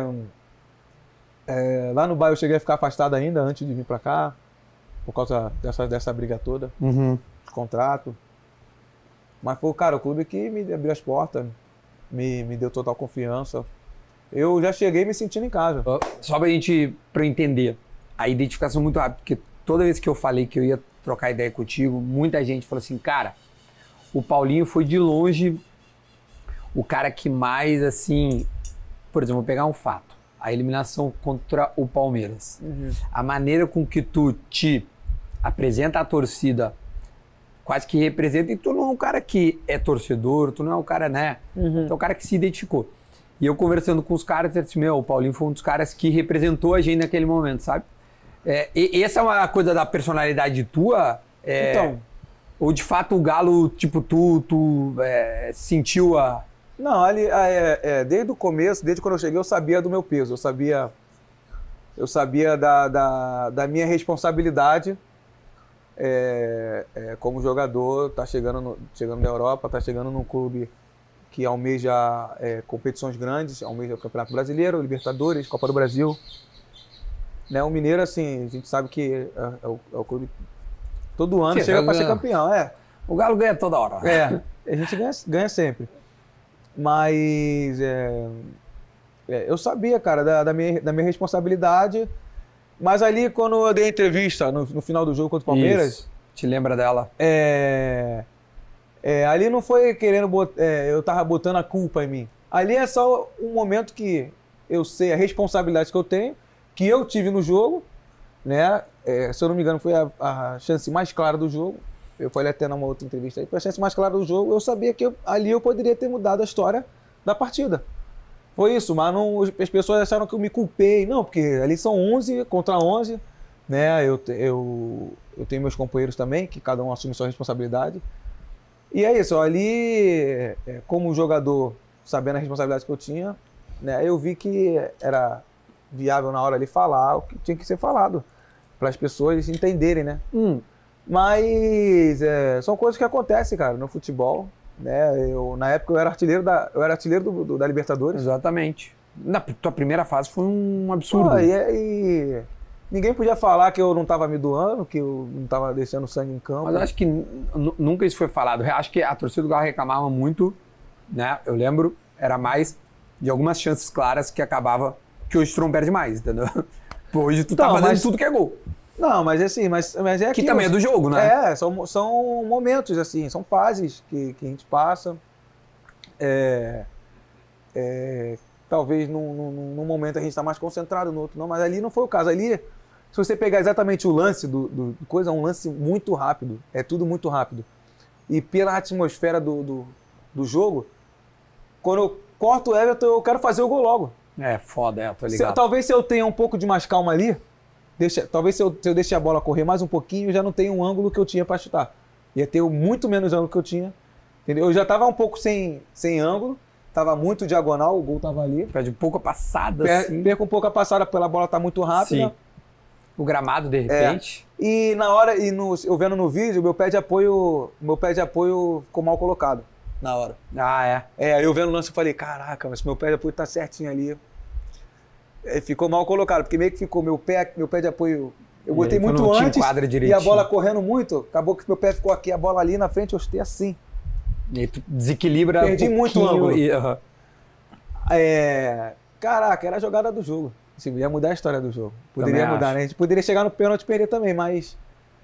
Lá no bairro eu cheguei a ficar afastado ainda antes de vir para cá, por causa dessa briga toda, de contrato. Mas foi, cara, o clube que me abriu as portas, me deu total confiança. Eu já cheguei me sentindo em casa.
Só pra eu entender, a identificação muito rápida, porque toda vez que eu falei que eu ia trocar ideia contigo, muita gente falou assim, cara, o Paulinho foi de longe o cara que mais, assim, por exemplo, vou pegar um fato, a eliminação contra o Palmeiras. A maneira com que tu te apresenta a torcida, quase que representa, e tu não é um cara que é torcedor, tu não é um cara, né? Tu é um cara que se identificou. E eu conversando com os caras, eu disse, o Paulinho foi um dos caras que representou a gente naquele momento, sabe? Essa é uma coisa da personalidade tua?
Então.
Ou de fato o Galo, tipo, tu sentiu a...
Não, ali, desde o começo, desde quando eu cheguei, eu sabia do meu peso, eu sabia da minha responsabilidade como jogador, tá chegando na Europa, tá chegando num clube que almeja competições grandes, almeja o Campeonato Brasileiro, Libertadores, Copa do Brasil. Né, o Mineiro, assim, a gente sabe que é o clube todo ano chega para ser campeão.
O Galo ganha toda hora.
A gente ganha sempre. Mas eu sabia, cara, da minha responsabilidade. Mas ali, quando eu dei a entrevista no final do jogo contra o Palmeiras...
Isso. Te lembra dela?
Ali não foi querendo eu tava botando a culpa em mim. Ali é só um momento que eu sei a responsabilidade que eu tenho, que eu tive no jogo, né? Se eu não me engano, foi a chance mais clara do jogo. Eu falei até numa outra entrevista aí, foi a chance mais clara do jogo. Eu sabia que ali eu poderia ter mudado a história da partida. Foi isso, mas não, as pessoas acharam que eu me culpei. Não, porque ali são 11 contra 11, né? Eu tenho meus companheiros também, que cada um assume sua responsabilidade. E é isso, ali, como jogador, sabendo a responsabilidade que eu tinha, né? Eu vi que era viável na hora ali falar o que tinha que ser falado, para as pessoas entenderem, né? Mas são coisas que acontecem, cara, no futebol, né? Na época eu era artilheiro da Libertadores.
Exatamente. Na tua primeira fase foi um absurdo.
E ninguém podia falar que eu não estava me doando, que eu não estava deixando sangue em campo.
Mas eu acho que nunca isso foi falado. Eu acho que a torcida do Galo reclamava muito, né? Eu lembro, era mais de algumas chances claras que acabava, que hoje tu não perde mais, entendeu? Pô, hoje tu tá fazendo tudo que é gol.
Não, mas assim, mas é
que também é do jogo, né?
São momentos, assim, são fases que a gente passa. Talvez num momento a gente está mais concentrado, no outro não, mas ali não foi o caso. Ali, se você pegar exatamente o lance do coisa, é um lance muito rápido, é tudo muito rápido. E pela atmosfera do jogo, quando eu corto o Everton, eu quero fazer o gol logo.
Foda, tô ligado.
Talvez se eu tenha um pouco de mais calma ali, talvez se eu deixar a bola correr mais um pouquinho, eu já não tenho um ângulo que eu tinha para chutar. Ia ter muito menos ângulo que eu tinha, entendeu? Eu já estava um pouco sem ângulo, estava muito diagonal, o gol estava ali.
Perde um pouco a passada, assim.
Perco um pouco a passada pela bola tá muito rápida.
Sim. O gramado, de repente.
E na hora, eu vendo no vídeo, meu pé de apoio ficou mal colocado na hora. Eu vendo o lance, eu falei, caraca, mas meu pé de apoio tá certinho ali. Ficou mal colocado, porque meio que ficou meu pé de apoio Eu botei
aí tu
muito
não te
antes
enquadra
e a
direitinho.
bola correndo muito, acabou que meu pé ficou aqui, a bola ali na frente, eu chutei assim.
E aí tu desequilibra
Perdi muito
pouquinho
ângulo.
e,
Caraca, era a jogada do jogo. Assim, ia mudar a história do jogo. Poderia
Também
mudar,
acho.
né? A gente poderia chegar no pênalti e perder também, mas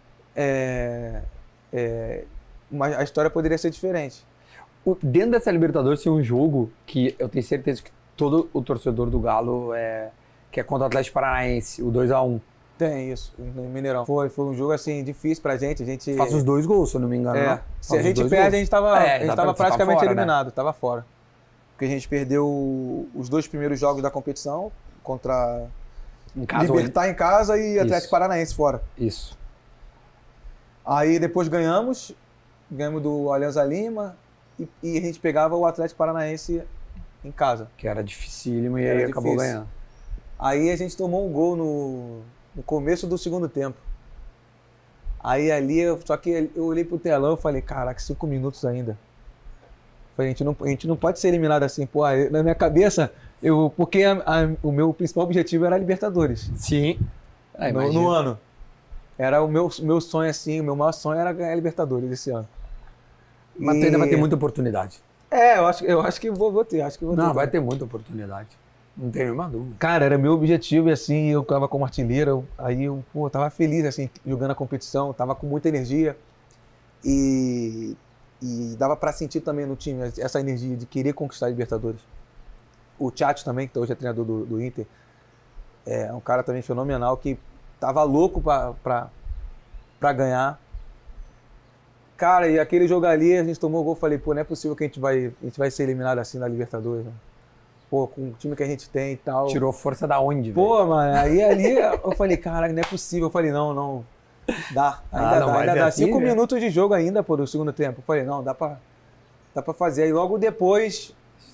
a história poderia ser diferente.
Dentro dessa Libertadores tem um jogo que eu tenho certeza que todo o torcedor do Galo que é contra o Atlético Paranaense, o 2-1.
Tem isso, no Mineirão. Foi um jogo assim difícil pra gente. A gente
Faz os 2 gols, se eu não me engano. não?
se
Faz
a
os
gente
2
perde,
gols.
a gente tava
exatamente,
praticamente
fora, né?
eliminado, tava fora. Porque a gente perdeu os 2 primeiros jogos da competição contra
Em casa,
Libertad em casa e
Isso.
Atlético Paranaense fora.
Isso.
Aí depois ganhamos do Alianza Lima e a gente pegava o Atlético Paranaense em casa.
Que era dificílimo e
Era
aí acabou
difícil.
ganhando.
Aí a gente tomou um gol no começo do segundo tempo. Aí ali, só que eu olhei pro telão e falei, caraca, 5 minutos ainda. Falei, a gente não pode ser eliminado assim. Pô, na minha cabeça, porque o meu principal objetivo era a Libertadores.
Sim.
No ano. Era o meu sonho assim, o meu maior sonho era ganhar a Libertadores esse ano.
Mas tu ainda vai ter muita oportunidade.
Eu acho que vou ter, acho que vou ter.
Não, vai ter muita oportunidade. Não tenho nenhuma dúvida.
Cara, era meu objetivo e assim, eu tava como artilheiro, aí eu tava feliz assim, jogando a competição, tava com muita energia e dava pra sentir também no time essa energia de querer conquistar a Libertadores. O Tchatcho também, que hoje é treinador do Inter, é um cara também fenomenal que tava louco pra ganhar. Cara, e aquele jogo ali, a gente tomou o gol, falei, pô, não é possível que a gente vai ser eliminado assim na Libertadores, né? Pô, com o time que a gente tem e tal.
Tirou força da onde, velho?
Pô, mano, aí ali eu falei, cara, não é possível. Eu falei, não, dá, ainda dá.
assim,
5
né?
minutos de jogo ainda, pô, do segundo tempo. Eu falei, não, dá pra fazer. Aí logo depois,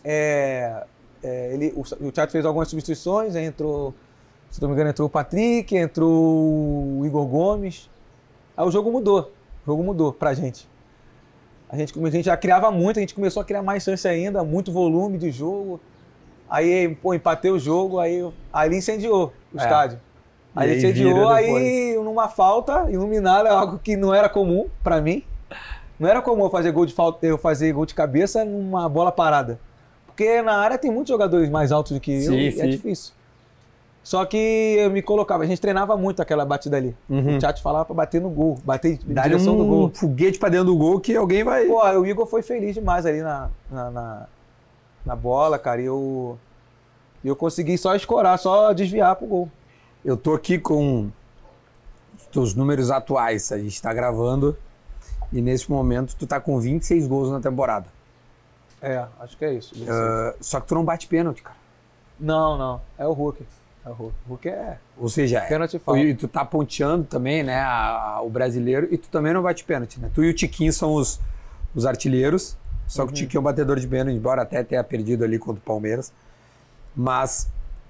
o Tchatcho fez algumas substituições, aí entrou, se não me engano, entrou o Patrick, entrou o Igor Gomes. Aí o jogo mudou pra gente. A gente já criava muito, a gente começou a criar mais chance ainda, muito volume de jogo. Aí, pô, empatei o jogo, aí incendiou o estádio. Aí
aí
incendiou,
vira
aí numa falta, iluminada, algo que não era comum pra mim. Não era comum eu fazer gol de cabeça numa bola parada. Porque na área tem muitos jogadores mais altos do que eu e é difícil. Só que eu me colocava, a gente treinava muito aquela batida ali. O Tchatcho falava pra bater no gol, bater em direção do gol.
Foguete pra dentro do gol que alguém vai...
Pô, o Igor foi feliz demais ali na bola, cara, e eu consegui só escorar, só desviar pro gol.
Eu tô aqui com os teus números atuais, a gente tá gravando e nesse momento tu tá com 26 gols na temporada.
Acho que é isso.
Só que tu não bate pênalti, cara.
Não, é o Hulk. O Hulk
Ou seja,
pênalti falta.
E tu tá ponteando também, né, o brasileiro, e tu também não bate pênalti, né? Tu e o Tiquinho são os artilheiros, só que o Tiquinho é um batedor de pênalti, embora até tenha perdido ali contra o Palmeiras. Mas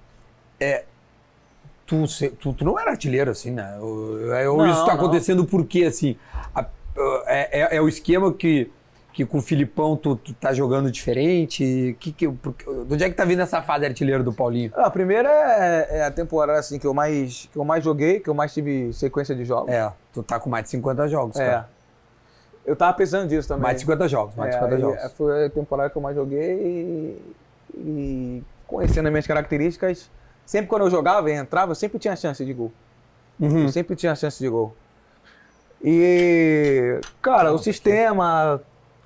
tu não era artilheiro assim, né? Isso tá acontecendo por quê, assim? É o esquema que com o Filipão tu tá jogando diferente? De onde é que tá vindo essa fase artilheiro do Paulinho?
A primeira é a temporada assim, que eu mais joguei, que eu mais tive sequência de jogos.
Tu tá com mais de 50 jogos, cara.
Eu tava pensando disso também.
Mais de 50 jogos, jogos.
Foi a temporada que eu mais joguei e conhecendo as minhas características, sempre quando eu jogava e entrava, eu sempre tinha chance de gol. Eu sempre tinha chance de gol. E, cara, o sistema,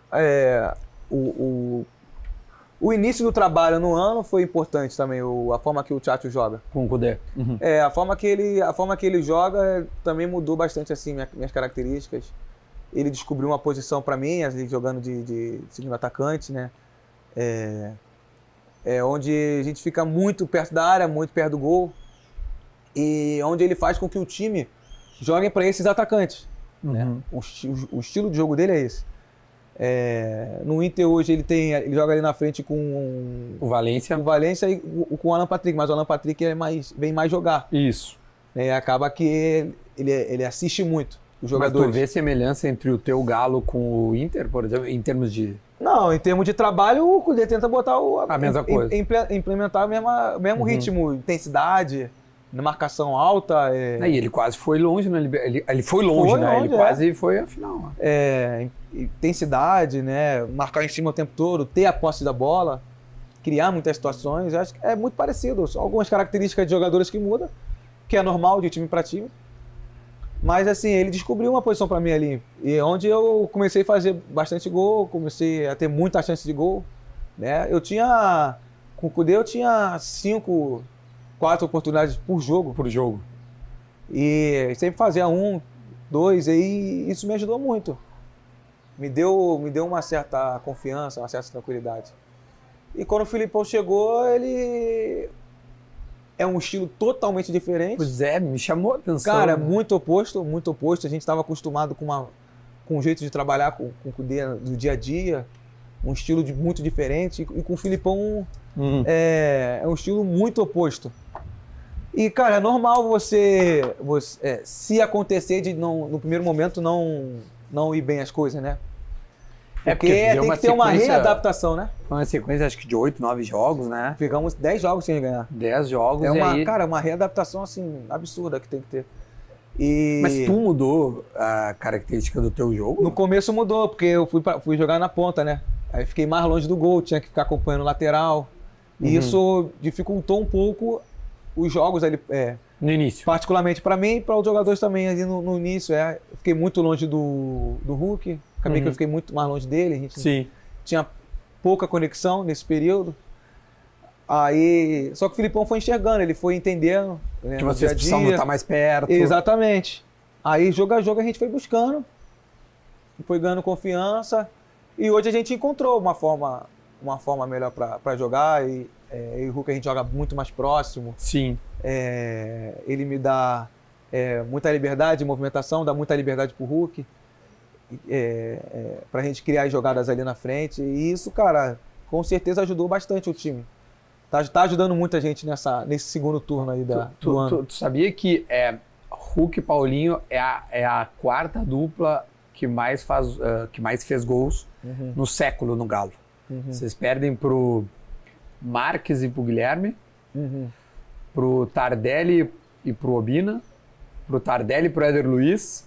o início do trabalho no ano foi importante também, a forma que o Tchatcho joga.
Com o Kudê.
A forma que ele joga também mudou bastante assim minhas características. Ele descobriu uma posição para mim, ele jogando de segundo atacante, né? Onde a gente fica muito perto da área, muito perto do gol, e onde ele faz com que o time jogue para esses atacantes. Né? O estilo de jogo dele é esse. No Inter hoje ele joga ali na frente com
o Valência
e com o Alan Patrick, mas o Alan Patrick vem mais jogar.
Isso.
Acaba que ele assiste muito os jogadores.
Mas tu vê semelhança entre o teu Galo com o Inter, por exemplo, em termos de...
Não, em termos de trabalho, o Kudê tenta botar
a mesma coisa.
Implementar o mesmo ritmo, intensidade. na marcação alta.
E ele quase foi longe, né? Ele foi longe, né? Ele quase foi a final.
Intensidade, né? Marcar em cima o tempo todo, ter a posse da bola, criar muitas situações. Acho que é muito parecido. Só algumas características de jogadores que mudam, que é normal de time para time. Mas assim, ele descobriu uma posição para mim ali. E onde eu comecei a fazer bastante gol, comecei a ter muita chance de gol. Né? Com o Kudê eu tinha 4 oportunidades por jogo. E sempre fazia 1, 2, e isso me ajudou muito. Me deu uma certa confiança, uma certa tranquilidade. E quando o Filipão chegou, ele é um estilo totalmente diferente.
Pois é, me chamou a atenção.
Cara, né? Muito oposto. A gente estava acostumado com um jeito de trabalhar com o Kudê do dia a dia, um estilo muito diferente. E com o Filipão é um estilo muito oposto. E, cara, é normal você se acontecer de no primeiro momento não ir bem as coisas, né? Porque tem que ter uma readaptação, né?
Foi uma sequência, acho que de 8, 9 jogos, né?
Ficamos 10 jogos sem ganhar.
10 jogos,
Cara, uma readaptação, assim, absurda que tem que ter.
Mas tu mudou a característica do teu jogo?
No começo mudou, porque eu fui jogar na ponta, né? Aí fiquei mais longe do gol, tinha que ficar acompanhando o lateral. E isso dificultou um pouco os jogos ali.
No início.
Particularmente para mim e para os jogadores também ali no início. Eu fiquei muito longe do Hulk. Acabei que eu fiquei muito mais longe dele. A gente tinha pouca conexão nesse período. Aí, só que o Filipão foi enxergando, ele foi entendendo. Né,
que vocês precisam estar mais perto.
Exatamente. Aí, jogo a jogo, a gente foi buscando, foi ganhando confiança. E hoje a gente encontrou uma forma melhor para jogar. E o Hulk a gente joga muito mais próximo.
Sim.
Ele me dá muita liberdade de movimentação, dá muita liberdade pro Hulk. Pra gente criar as jogadas ali na frente. E isso, cara, com certeza ajudou bastante o time. Tá ajudando muita gente nesse segundo turno aí do ano.
Tu sabia que Hulk e Paulinho é a quarta dupla que mais fez gols no século no Galo? Vocês perdem pro Marques e pro Guilherme, pro Tardelli e pro Obina, pro Tardelli e pro Éder Luiz,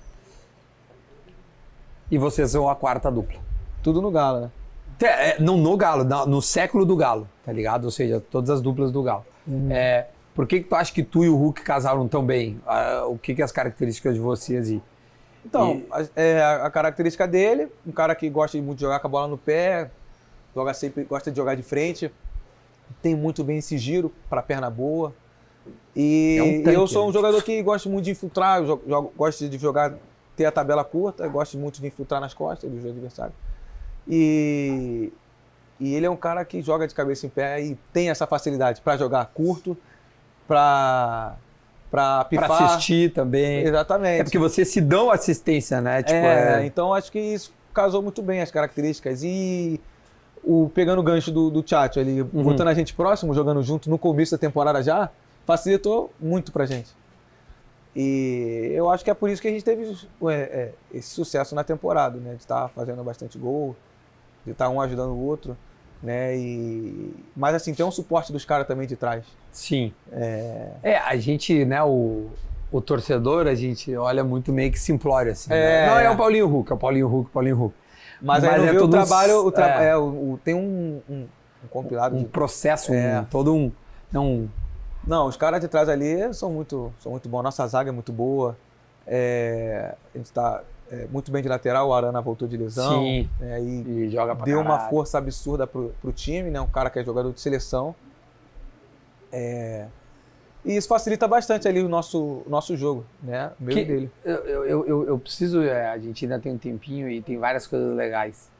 e vocês são a quarta dupla.
Tudo no Galo, né?
Não no Galo, no século do Galo, tá ligado? Ou seja, todas as duplas do Galo. Por que tu acha que tu e o Hulk casaram tão bem? O que as características de vocês?
Então, a característica dele, um cara que gosta muito de jogar com a bola no pé, gosta de jogar de frente, tem muito bem esse giro para perna boa. E eu sou um jogador que gosta muito de infiltrar, gosto de jogar, ter a tabela curta, gosto muito de infiltrar nas costas do adversário. E ele é um cara que joga de cabeça em pé e tem essa facilidade para jogar curto, para pifar.
Para assistir também.
Exatamente.
É porque vocês se dão assistência, né?
Então acho que isso casou muito bem as características. E pegando o gancho do chat ali, botando a gente próximo, jogando junto no começo da temporada já, facilitou muito pra gente. E eu acho que é por isso que a gente teve esse sucesso na temporada, né? De estar fazendo bastante gol, de estar um ajudando o outro, né? Mas assim, tem um suporte dos caras também de trás.
Sim. A gente, né, o torcedor, a gente olha muito meio que simplório, assim. Né? Não é o Paulinho Hulk, é o Paulinho Hulk.
Mas aí não vê o trabalho, tem um compilado.
Um processo, todo um...
Não, os caras de trás ali são muito bons. Nossa zaga é muito boa. A gente está muito bem de lateral, o Arana voltou de lesão.
Sim,
e
joga pra
deu
caralho.
uma força absurda pro time, né? Um cara que é jogador de seleção. E isso facilita bastante ali o nosso jogo, né? O meu e dele.
Eu preciso... a gente ainda tem um tempinho e tem várias coisas legais.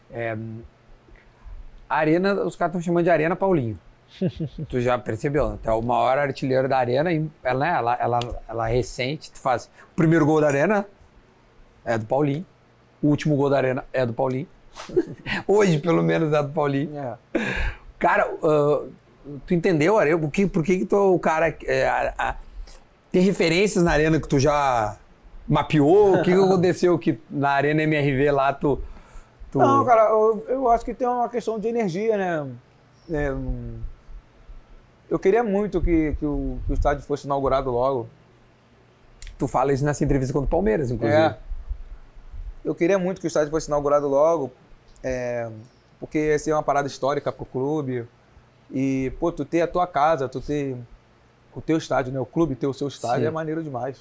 A Arena, os caras estão chamando de Arena Paulinho. Tu já percebeu, né? Tu é o maior artilheiro da Arena e ela recente, tu faz o primeiro gol da Arena é do Paulinho, o último gol da Arena é do Paulinho, hoje pelo menos é do Paulinho. Cara, tu entendeu, Arena? Por que tu o cara tem referências na Arena que tu já mapeou? O que aconteceu que na Arena MRV lá tu...
Não, cara, eu acho que tem uma questão de energia, né? Eu queria muito que o estádio fosse inaugurado logo.
Tu fala isso nessa entrevista contra o Palmeiras, inclusive.
É. Eu queria muito que o estádio fosse inaugurado logo, porque essa é uma parada histórica pro clube. E, pô, tu ter a tua casa, tu ter o teu estádio, né? O clube ter o seu estádio. Sim. É maneiro demais.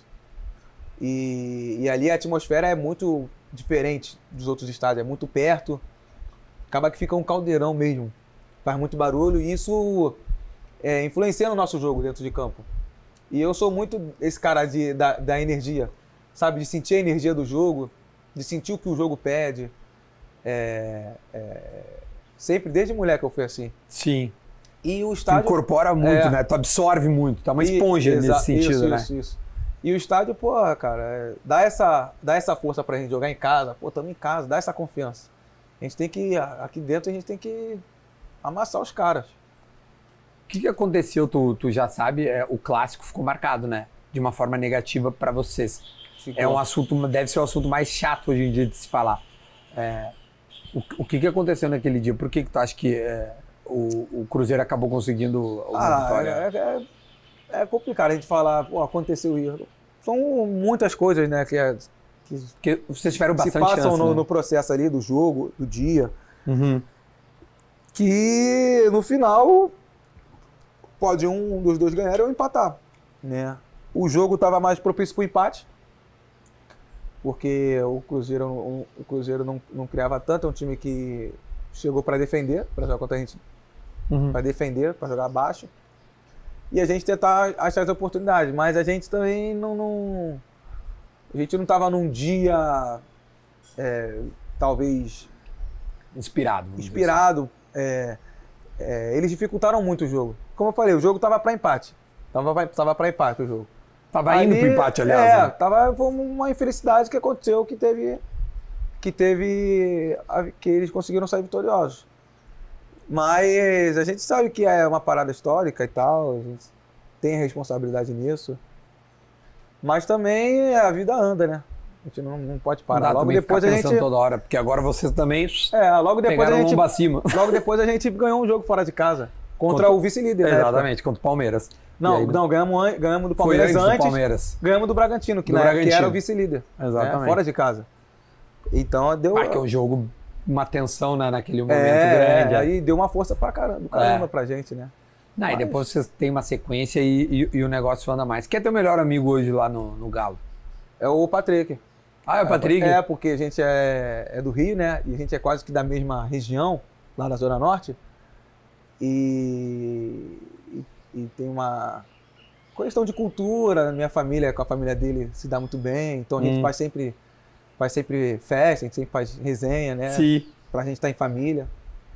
E ali a atmosfera é muito diferente dos outros estádios, é muito perto. Acaba que fica um caldeirão mesmo. Faz muito barulho e isso influencia no nosso jogo dentro de campo. E eu sou muito esse cara da energia, sabe? De sentir a energia do jogo, de sentir o que o jogo pede. Sempre, desde moleque eu fui assim.
Sim.
E o estádio...
Tu incorpora muito, né? Tu absorve muito, tu é uma esponja nesse sentido, né?
Isso. E o estádio, pô, cara, dá essa força pra gente jogar em casa. Pô, estamos em casa, dá essa confiança. A gente tem que, aqui dentro, a gente tem que amassar os caras.
O que aconteceu, tu já sabe, o clássico ficou marcado, né? De uma forma negativa pra vocês. Ficou. É um assunto, deve ser o assunto mais chato hoje em dia de se falar. O que aconteceu naquele dia? Por que tu acha que o Cruzeiro acabou conseguindo uma vitória?
É complicado a gente falar, pô, aconteceu isso. São muitas coisas, né,
que vocês tiveram bastante
se passam
chance, né?
no processo ali do jogo, do dia,
uhum.
Que no final pode um dos dois ganhar ou empatar, né? O jogo estava mais propício para o empate, porque o Cruzeiro não criava tanto, é um time que chegou para defender, para jogar contra a gente, para defender, para jogar abaixo. E a gente tentar achar as oportunidades, mas a gente também a gente não estava num dia, talvez...
Inspirado.
Eles dificultaram muito o jogo. Como eu falei, o jogo estava para empate. Tava para empate o jogo.
Tava indo para empate, aliás. Né?
Foi uma infelicidade que aconteceu, que eles conseguiram sair vitoriosos. Mas a gente sabe que é uma parada histórica e tal, a gente tem responsabilidade nisso. Mas também a vida anda, né? A gente não pode parar.
Logo depois a gente toda hora, porque agora vocês também
logo depois a gente
acima.
Logo depois a gente ganhou um jogo fora de casa contra o vice-líder, né?
Exatamente, contra o Palmeiras.
Não, ganhamos do Palmeiras antes.
Do Palmeiras.
Ganhamos do Bragantino, que era o vice-líder.
Exatamente.
Fora de casa. Então deu.
Que é um jogo, uma tensão, né, naquele momento grande.
Aí deu uma força pra caramba pra gente, né?
E depois vocês têm uma sequência e o negócio anda mais. Quem é teu melhor amigo hoje lá no Galo?
É o Patrick.
Ah, é o Patrick?
Porque a gente é do Rio, né? E a gente é quase que da mesma região, lá da Zona Norte. E tem uma questão de cultura, minha família com a família dele se dá muito bem, então a gente faz sempre festa, a gente sempre faz resenha, né?
Sim.
Pra gente estar em família.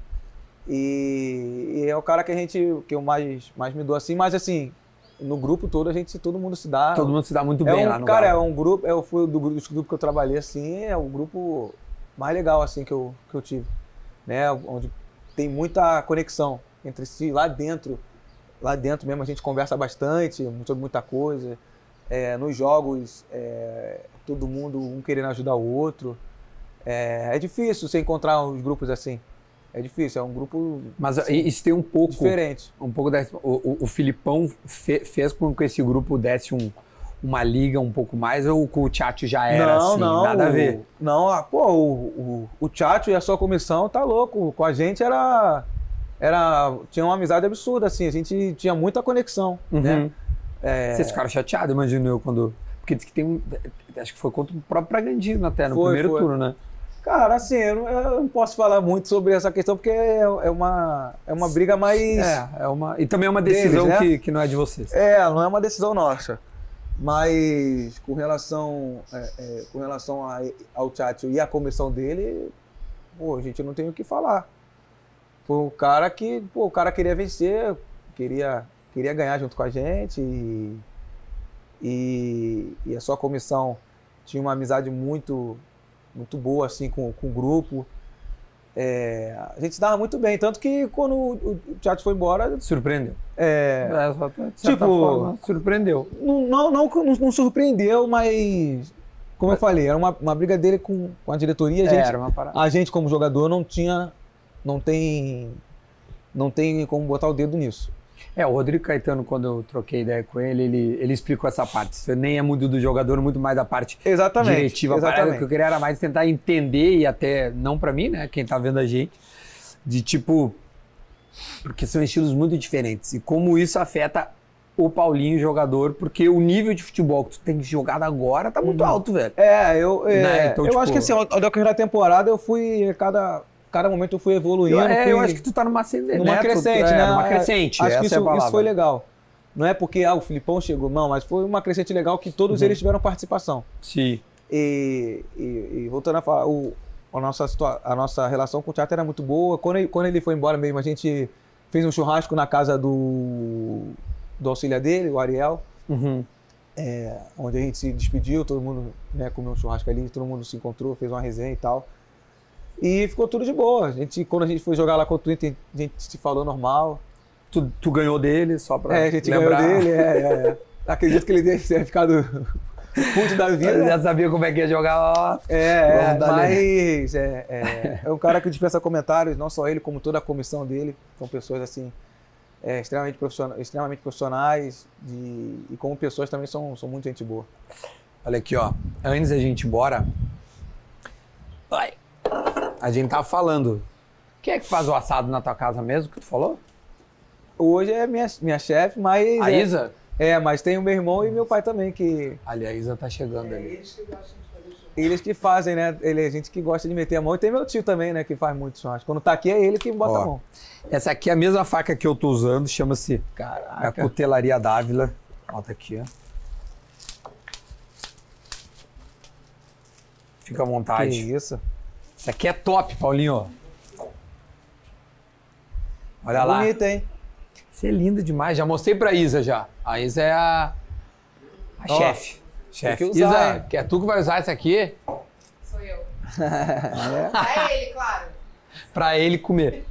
E é o cara que eu mais me dou assim, mas assim, no grupo todo todo mundo se dá.
Todo mundo se dá muito bem lá no
cara,
Galo.
É um grupo, foi dos grupos que eu trabalhei assim, é o grupo mais legal assim que eu tive, né? Onde tem muita conexão entre si, lá dentro mesmo a gente conversa bastante sobre muita coisa. Nos jogos, todo mundo um querendo ajudar o outro. É difícil você encontrar uns grupos assim. É difícil, é um grupo.
Mas isso tem um pouco.
Diferente.
Um pouco o Filipão fez com que esse grupo desse uma liga um pouco mais, ou o Tchatcho já era assim? Nada a ver.
Não, o Tchatcho e a sua comissão tá louco. Com a gente tinha uma amizade absurda, assim, a gente tinha muita conexão, né?
Vocês ficaram chateados, imagino eu, quando... Porque disse que acho que foi contra o próprio Bragantino até, no primeiro turno, né?
Cara, assim, eu não posso falar muito sobre essa questão, porque é uma briga mais...
E também é uma decisão
deles, né?
que não é de vocês.
Não é uma decisão nossa. Mas com relação ao Tchatcho e a comissão dele, a gente não tem o que falar. Foi um cara que, o cara queria vencer, queria ganhar junto com a gente e a sua comissão tinha uma amizade muito boa assim com o grupo. A gente se dava muito bem, tanto que quando o Tchatcho foi embora...
Surpreendeu. De certa forma, surpreendeu.
Não surpreendeu, mas... Como eu falei, era uma briga dele com a diretoria. A gente como jogador não tem como botar o dedo nisso.
O Rodrigo Caetano, quando eu troquei ideia com ele explicou essa parte. Isso nem é muito do jogador, muito mais da parte diretiva.
Exatamente.
O que eu queria era mais tentar entender, e até, não pra mim, né, quem tá vendo a gente, de tipo, porque são estilos muito diferentes. E como isso afeta o Paulinho, jogador, porque o nível de futebol que tu tem jogado agora tá muito alto, velho.
Então,
tipo,
acho que assim, ao decorrer da temporada eu fui, cada momento eu fui evoluindo.
Eu acho que tu tá numa ascendente,
numa crescente, né?
Numa crescente,
acho que
essa é a palavra.
isso foi legal. Não é porque o Filipão chegou, não, mas foi uma crescente legal que todos eles tiveram participação.
Sim.
E voltando a falar, a nossa relação com o Thiago era muito boa. Quando ele foi embora mesmo, a gente fez um churrasco na casa do auxiliar dele, o Ariel, onde a gente se despediu, todo mundo, né, comeu um churrasco ali, todo mundo se encontrou, fez uma resenha e tal. E ficou tudo de boa. Quando a gente foi jogar lá contra o Inter, a gente se falou normal.
Tu ganhou dele, só pra
a gente
lembrar.
ganhou dele, Acredito que ele deve ter ficado puto da vida.
Eu já sabia como é que ia jogar, ó.
Mas é um cara que dispensa comentários, não só ele, como toda a comissão dele. São pessoas, assim, extremamente profissionais e como pessoas também são muito gente boa.
Olha aqui, ó. Antes da gente ir embora, a gente tava falando. Quem é que faz o assado na tua casa mesmo, que tu falou?
Hoje é minha chefe, mas...
A Isa?
Mas tem o meu irmão e meu pai também, que...
Ali, a Isa tá chegando ali.
Eles que fazem, né? A gente que gosta de meter a mão. E tem meu tio também, né? Que faz muito churrasco. Quando tá aqui, é ele que bota a mão.
Essa aqui é a mesma faca que eu tô usando, chama-se a Cutelaria Dávila. Ó, tá aqui, ó. Fica à vontade.
Que isso.
Essa aqui é top, Paulinho. Olha lá.
Bonita, hein?
Isso é lindo demais. Já mostrei pra Isa já. A Isa é a chefe.
Tem que usar,
Isa, é tu que vai usar essa aqui?
Sou eu. Pra ele, claro.
Pra ele comer.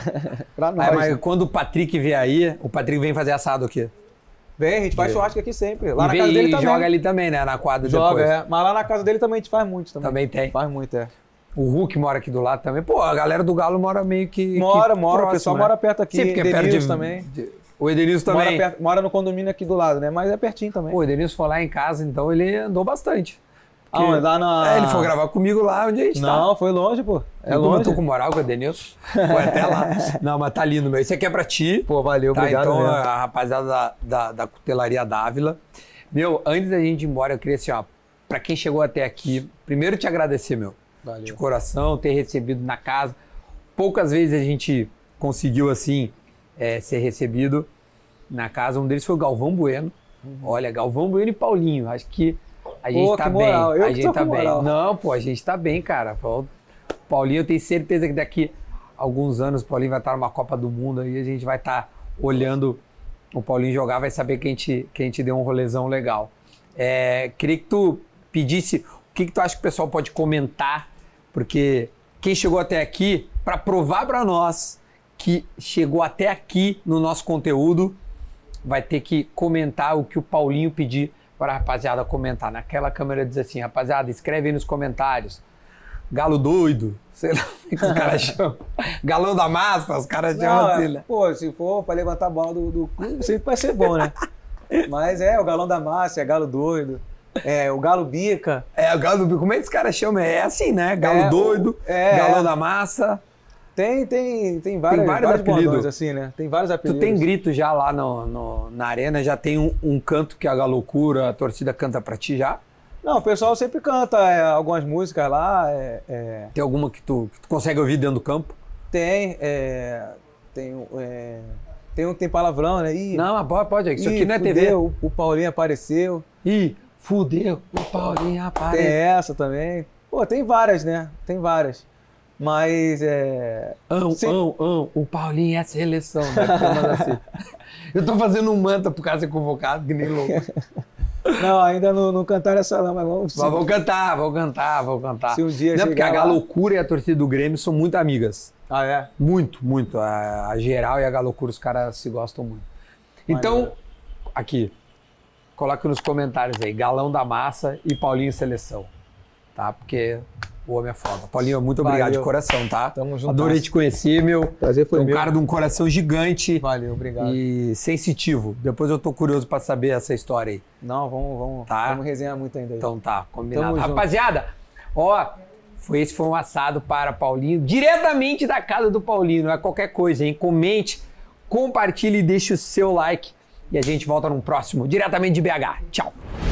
Pra nós.
Mas quando o Patrick vier aí, o Patrick vem fazer assado aqui.
Vem, a gente faz churrasco aqui sempre. Lá
E
na
vem
casa dele
e
também.
joga ali também, né? Na quadra
Joga,
depois.
Mas lá na casa dele também a gente faz muito também.
Também tem.
Faz muito,
O Hulk mora aqui do lado também. Pô, a galera do Galo mora meio que
Mora,
próximo,
o pessoal
né?
mora perto aqui.
Sim, porque é perto
também.
O Edenilson também.
Mora no condomínio aqui do lado, né? Mas é pertinho também.
Pô, o Edenilson foi lá em casa, então ele andou bastante.
Lá na...
Ele foi gravar comigo lá onde a gente tá.
Não, foi longe, pô.
É longe. Eu tô com moral com o Edenilson. Foi até lá. Não, mas tá lindo, meu. Esse aqui é pra ti.
Pô, valeu,
Tá,
obrigado
então,
mesmo.
a rapaziada da Cutelaria Dávila. Meu, antes da gente ir embora, eu queria assim, ó, pra quem chegou até aqui, primeiro te agradecer, meu.
Valeu.
De coração, ter recebido na casa. Poucas vezes a gente conseguiu, assim, ser recebido na casa. Um deles foi o Galvão Bueno. Olha, Galvão Bueno e Paulinho. Acho que a gente tá
que
bem.
moral. Eu
A
que
gente
tô
tá
com
bem.
moral.
Não, pô, a gente tá bem, cara. O Paulinho, eu tenho certeza que daqui a alguns anos o Paulinho vai estar numa Copa do Mundo aí, a gente vai estar olhando o Paulinho jogar, vai saber que a gente deu um rolezão legal. Queria que tu pedisse o que tu acha que o pessoal pode comentar, porque quem chegou até aqui, para provar para nós que chegou até aqui no nosso conteúdo, vai ter que comentar o que o Paulinho pedir para a rapaziada comentar. Naquela câmera diz assim, rapaziada, escreve aí nos comentários. Galo doido, sei lá o que os caras chamam. Galão da massa, os caras chamam assim, né?
Pô, se for pra levantar a bola do clube, sempre vai ser bom, né? Mas o galão da massa, galo doido, o galo bica.
O galo doido, como é que os caras chamam? É assim, né? Galo doido, galão da massa.
Tem vários
apelidos
bordões assim, né? Tem vários apelidos.
Tu tem grito já lá na arena, já tem um canto que a Galocura, a torcida canta pra ti já?
Não, o pessoal sempre canta algumas músicas lá.
Tem alguma que tu consegue ouvir dentro do campo?
Tem um que tem palavrão, né?
Não, pode. Isso aqui não é TV.
O Paulinho apareceu.
Fudeu, o Paulinho apareceu.
Tem essa também. Pô, tem várias, né? Tem várias. Mas
o Paulinho é a seleção. Assim. Eu tô fazendo um manta pro cara ser convocado, que nem louco.
Não, ainda não cantaram essa lá, mas vamos...
Mas vou cantar.
Se um dia
não, porque a
chegar lá...
Galocura e a torcida do Grêmio são muito amigas.
Ah, é?
Muito. A geral e a Galocura, os caras se gostam muito. Então, aqui, coloca nos comentários aí, Galão da Massa e Paulinho Seleção. Tá? Porque O homem é foda. Paulinho, muito obrigado
Valeu.
de coração, tá?
Tamo junto.
Adorei te conhecer, meu.
Prazer foi
É um
meu.
cara de um coração gigante.
Valeu, obrigado.
E sensitivo. Depois eu tô curioso pra saber essa história aí.
Não, vamos
Tá.
vamos resenhar muito ainda aí.
Então tá, combinado.
Tamo junto.
Rapaziada, ó, esse foi um assado para Paulinho, diretamente da casa do Paulinho. Não é qualquer coisa, hein? Comente, compartilhe e deixe o seu like. E a gente volta num próximo, diretamente de BH. Tchau.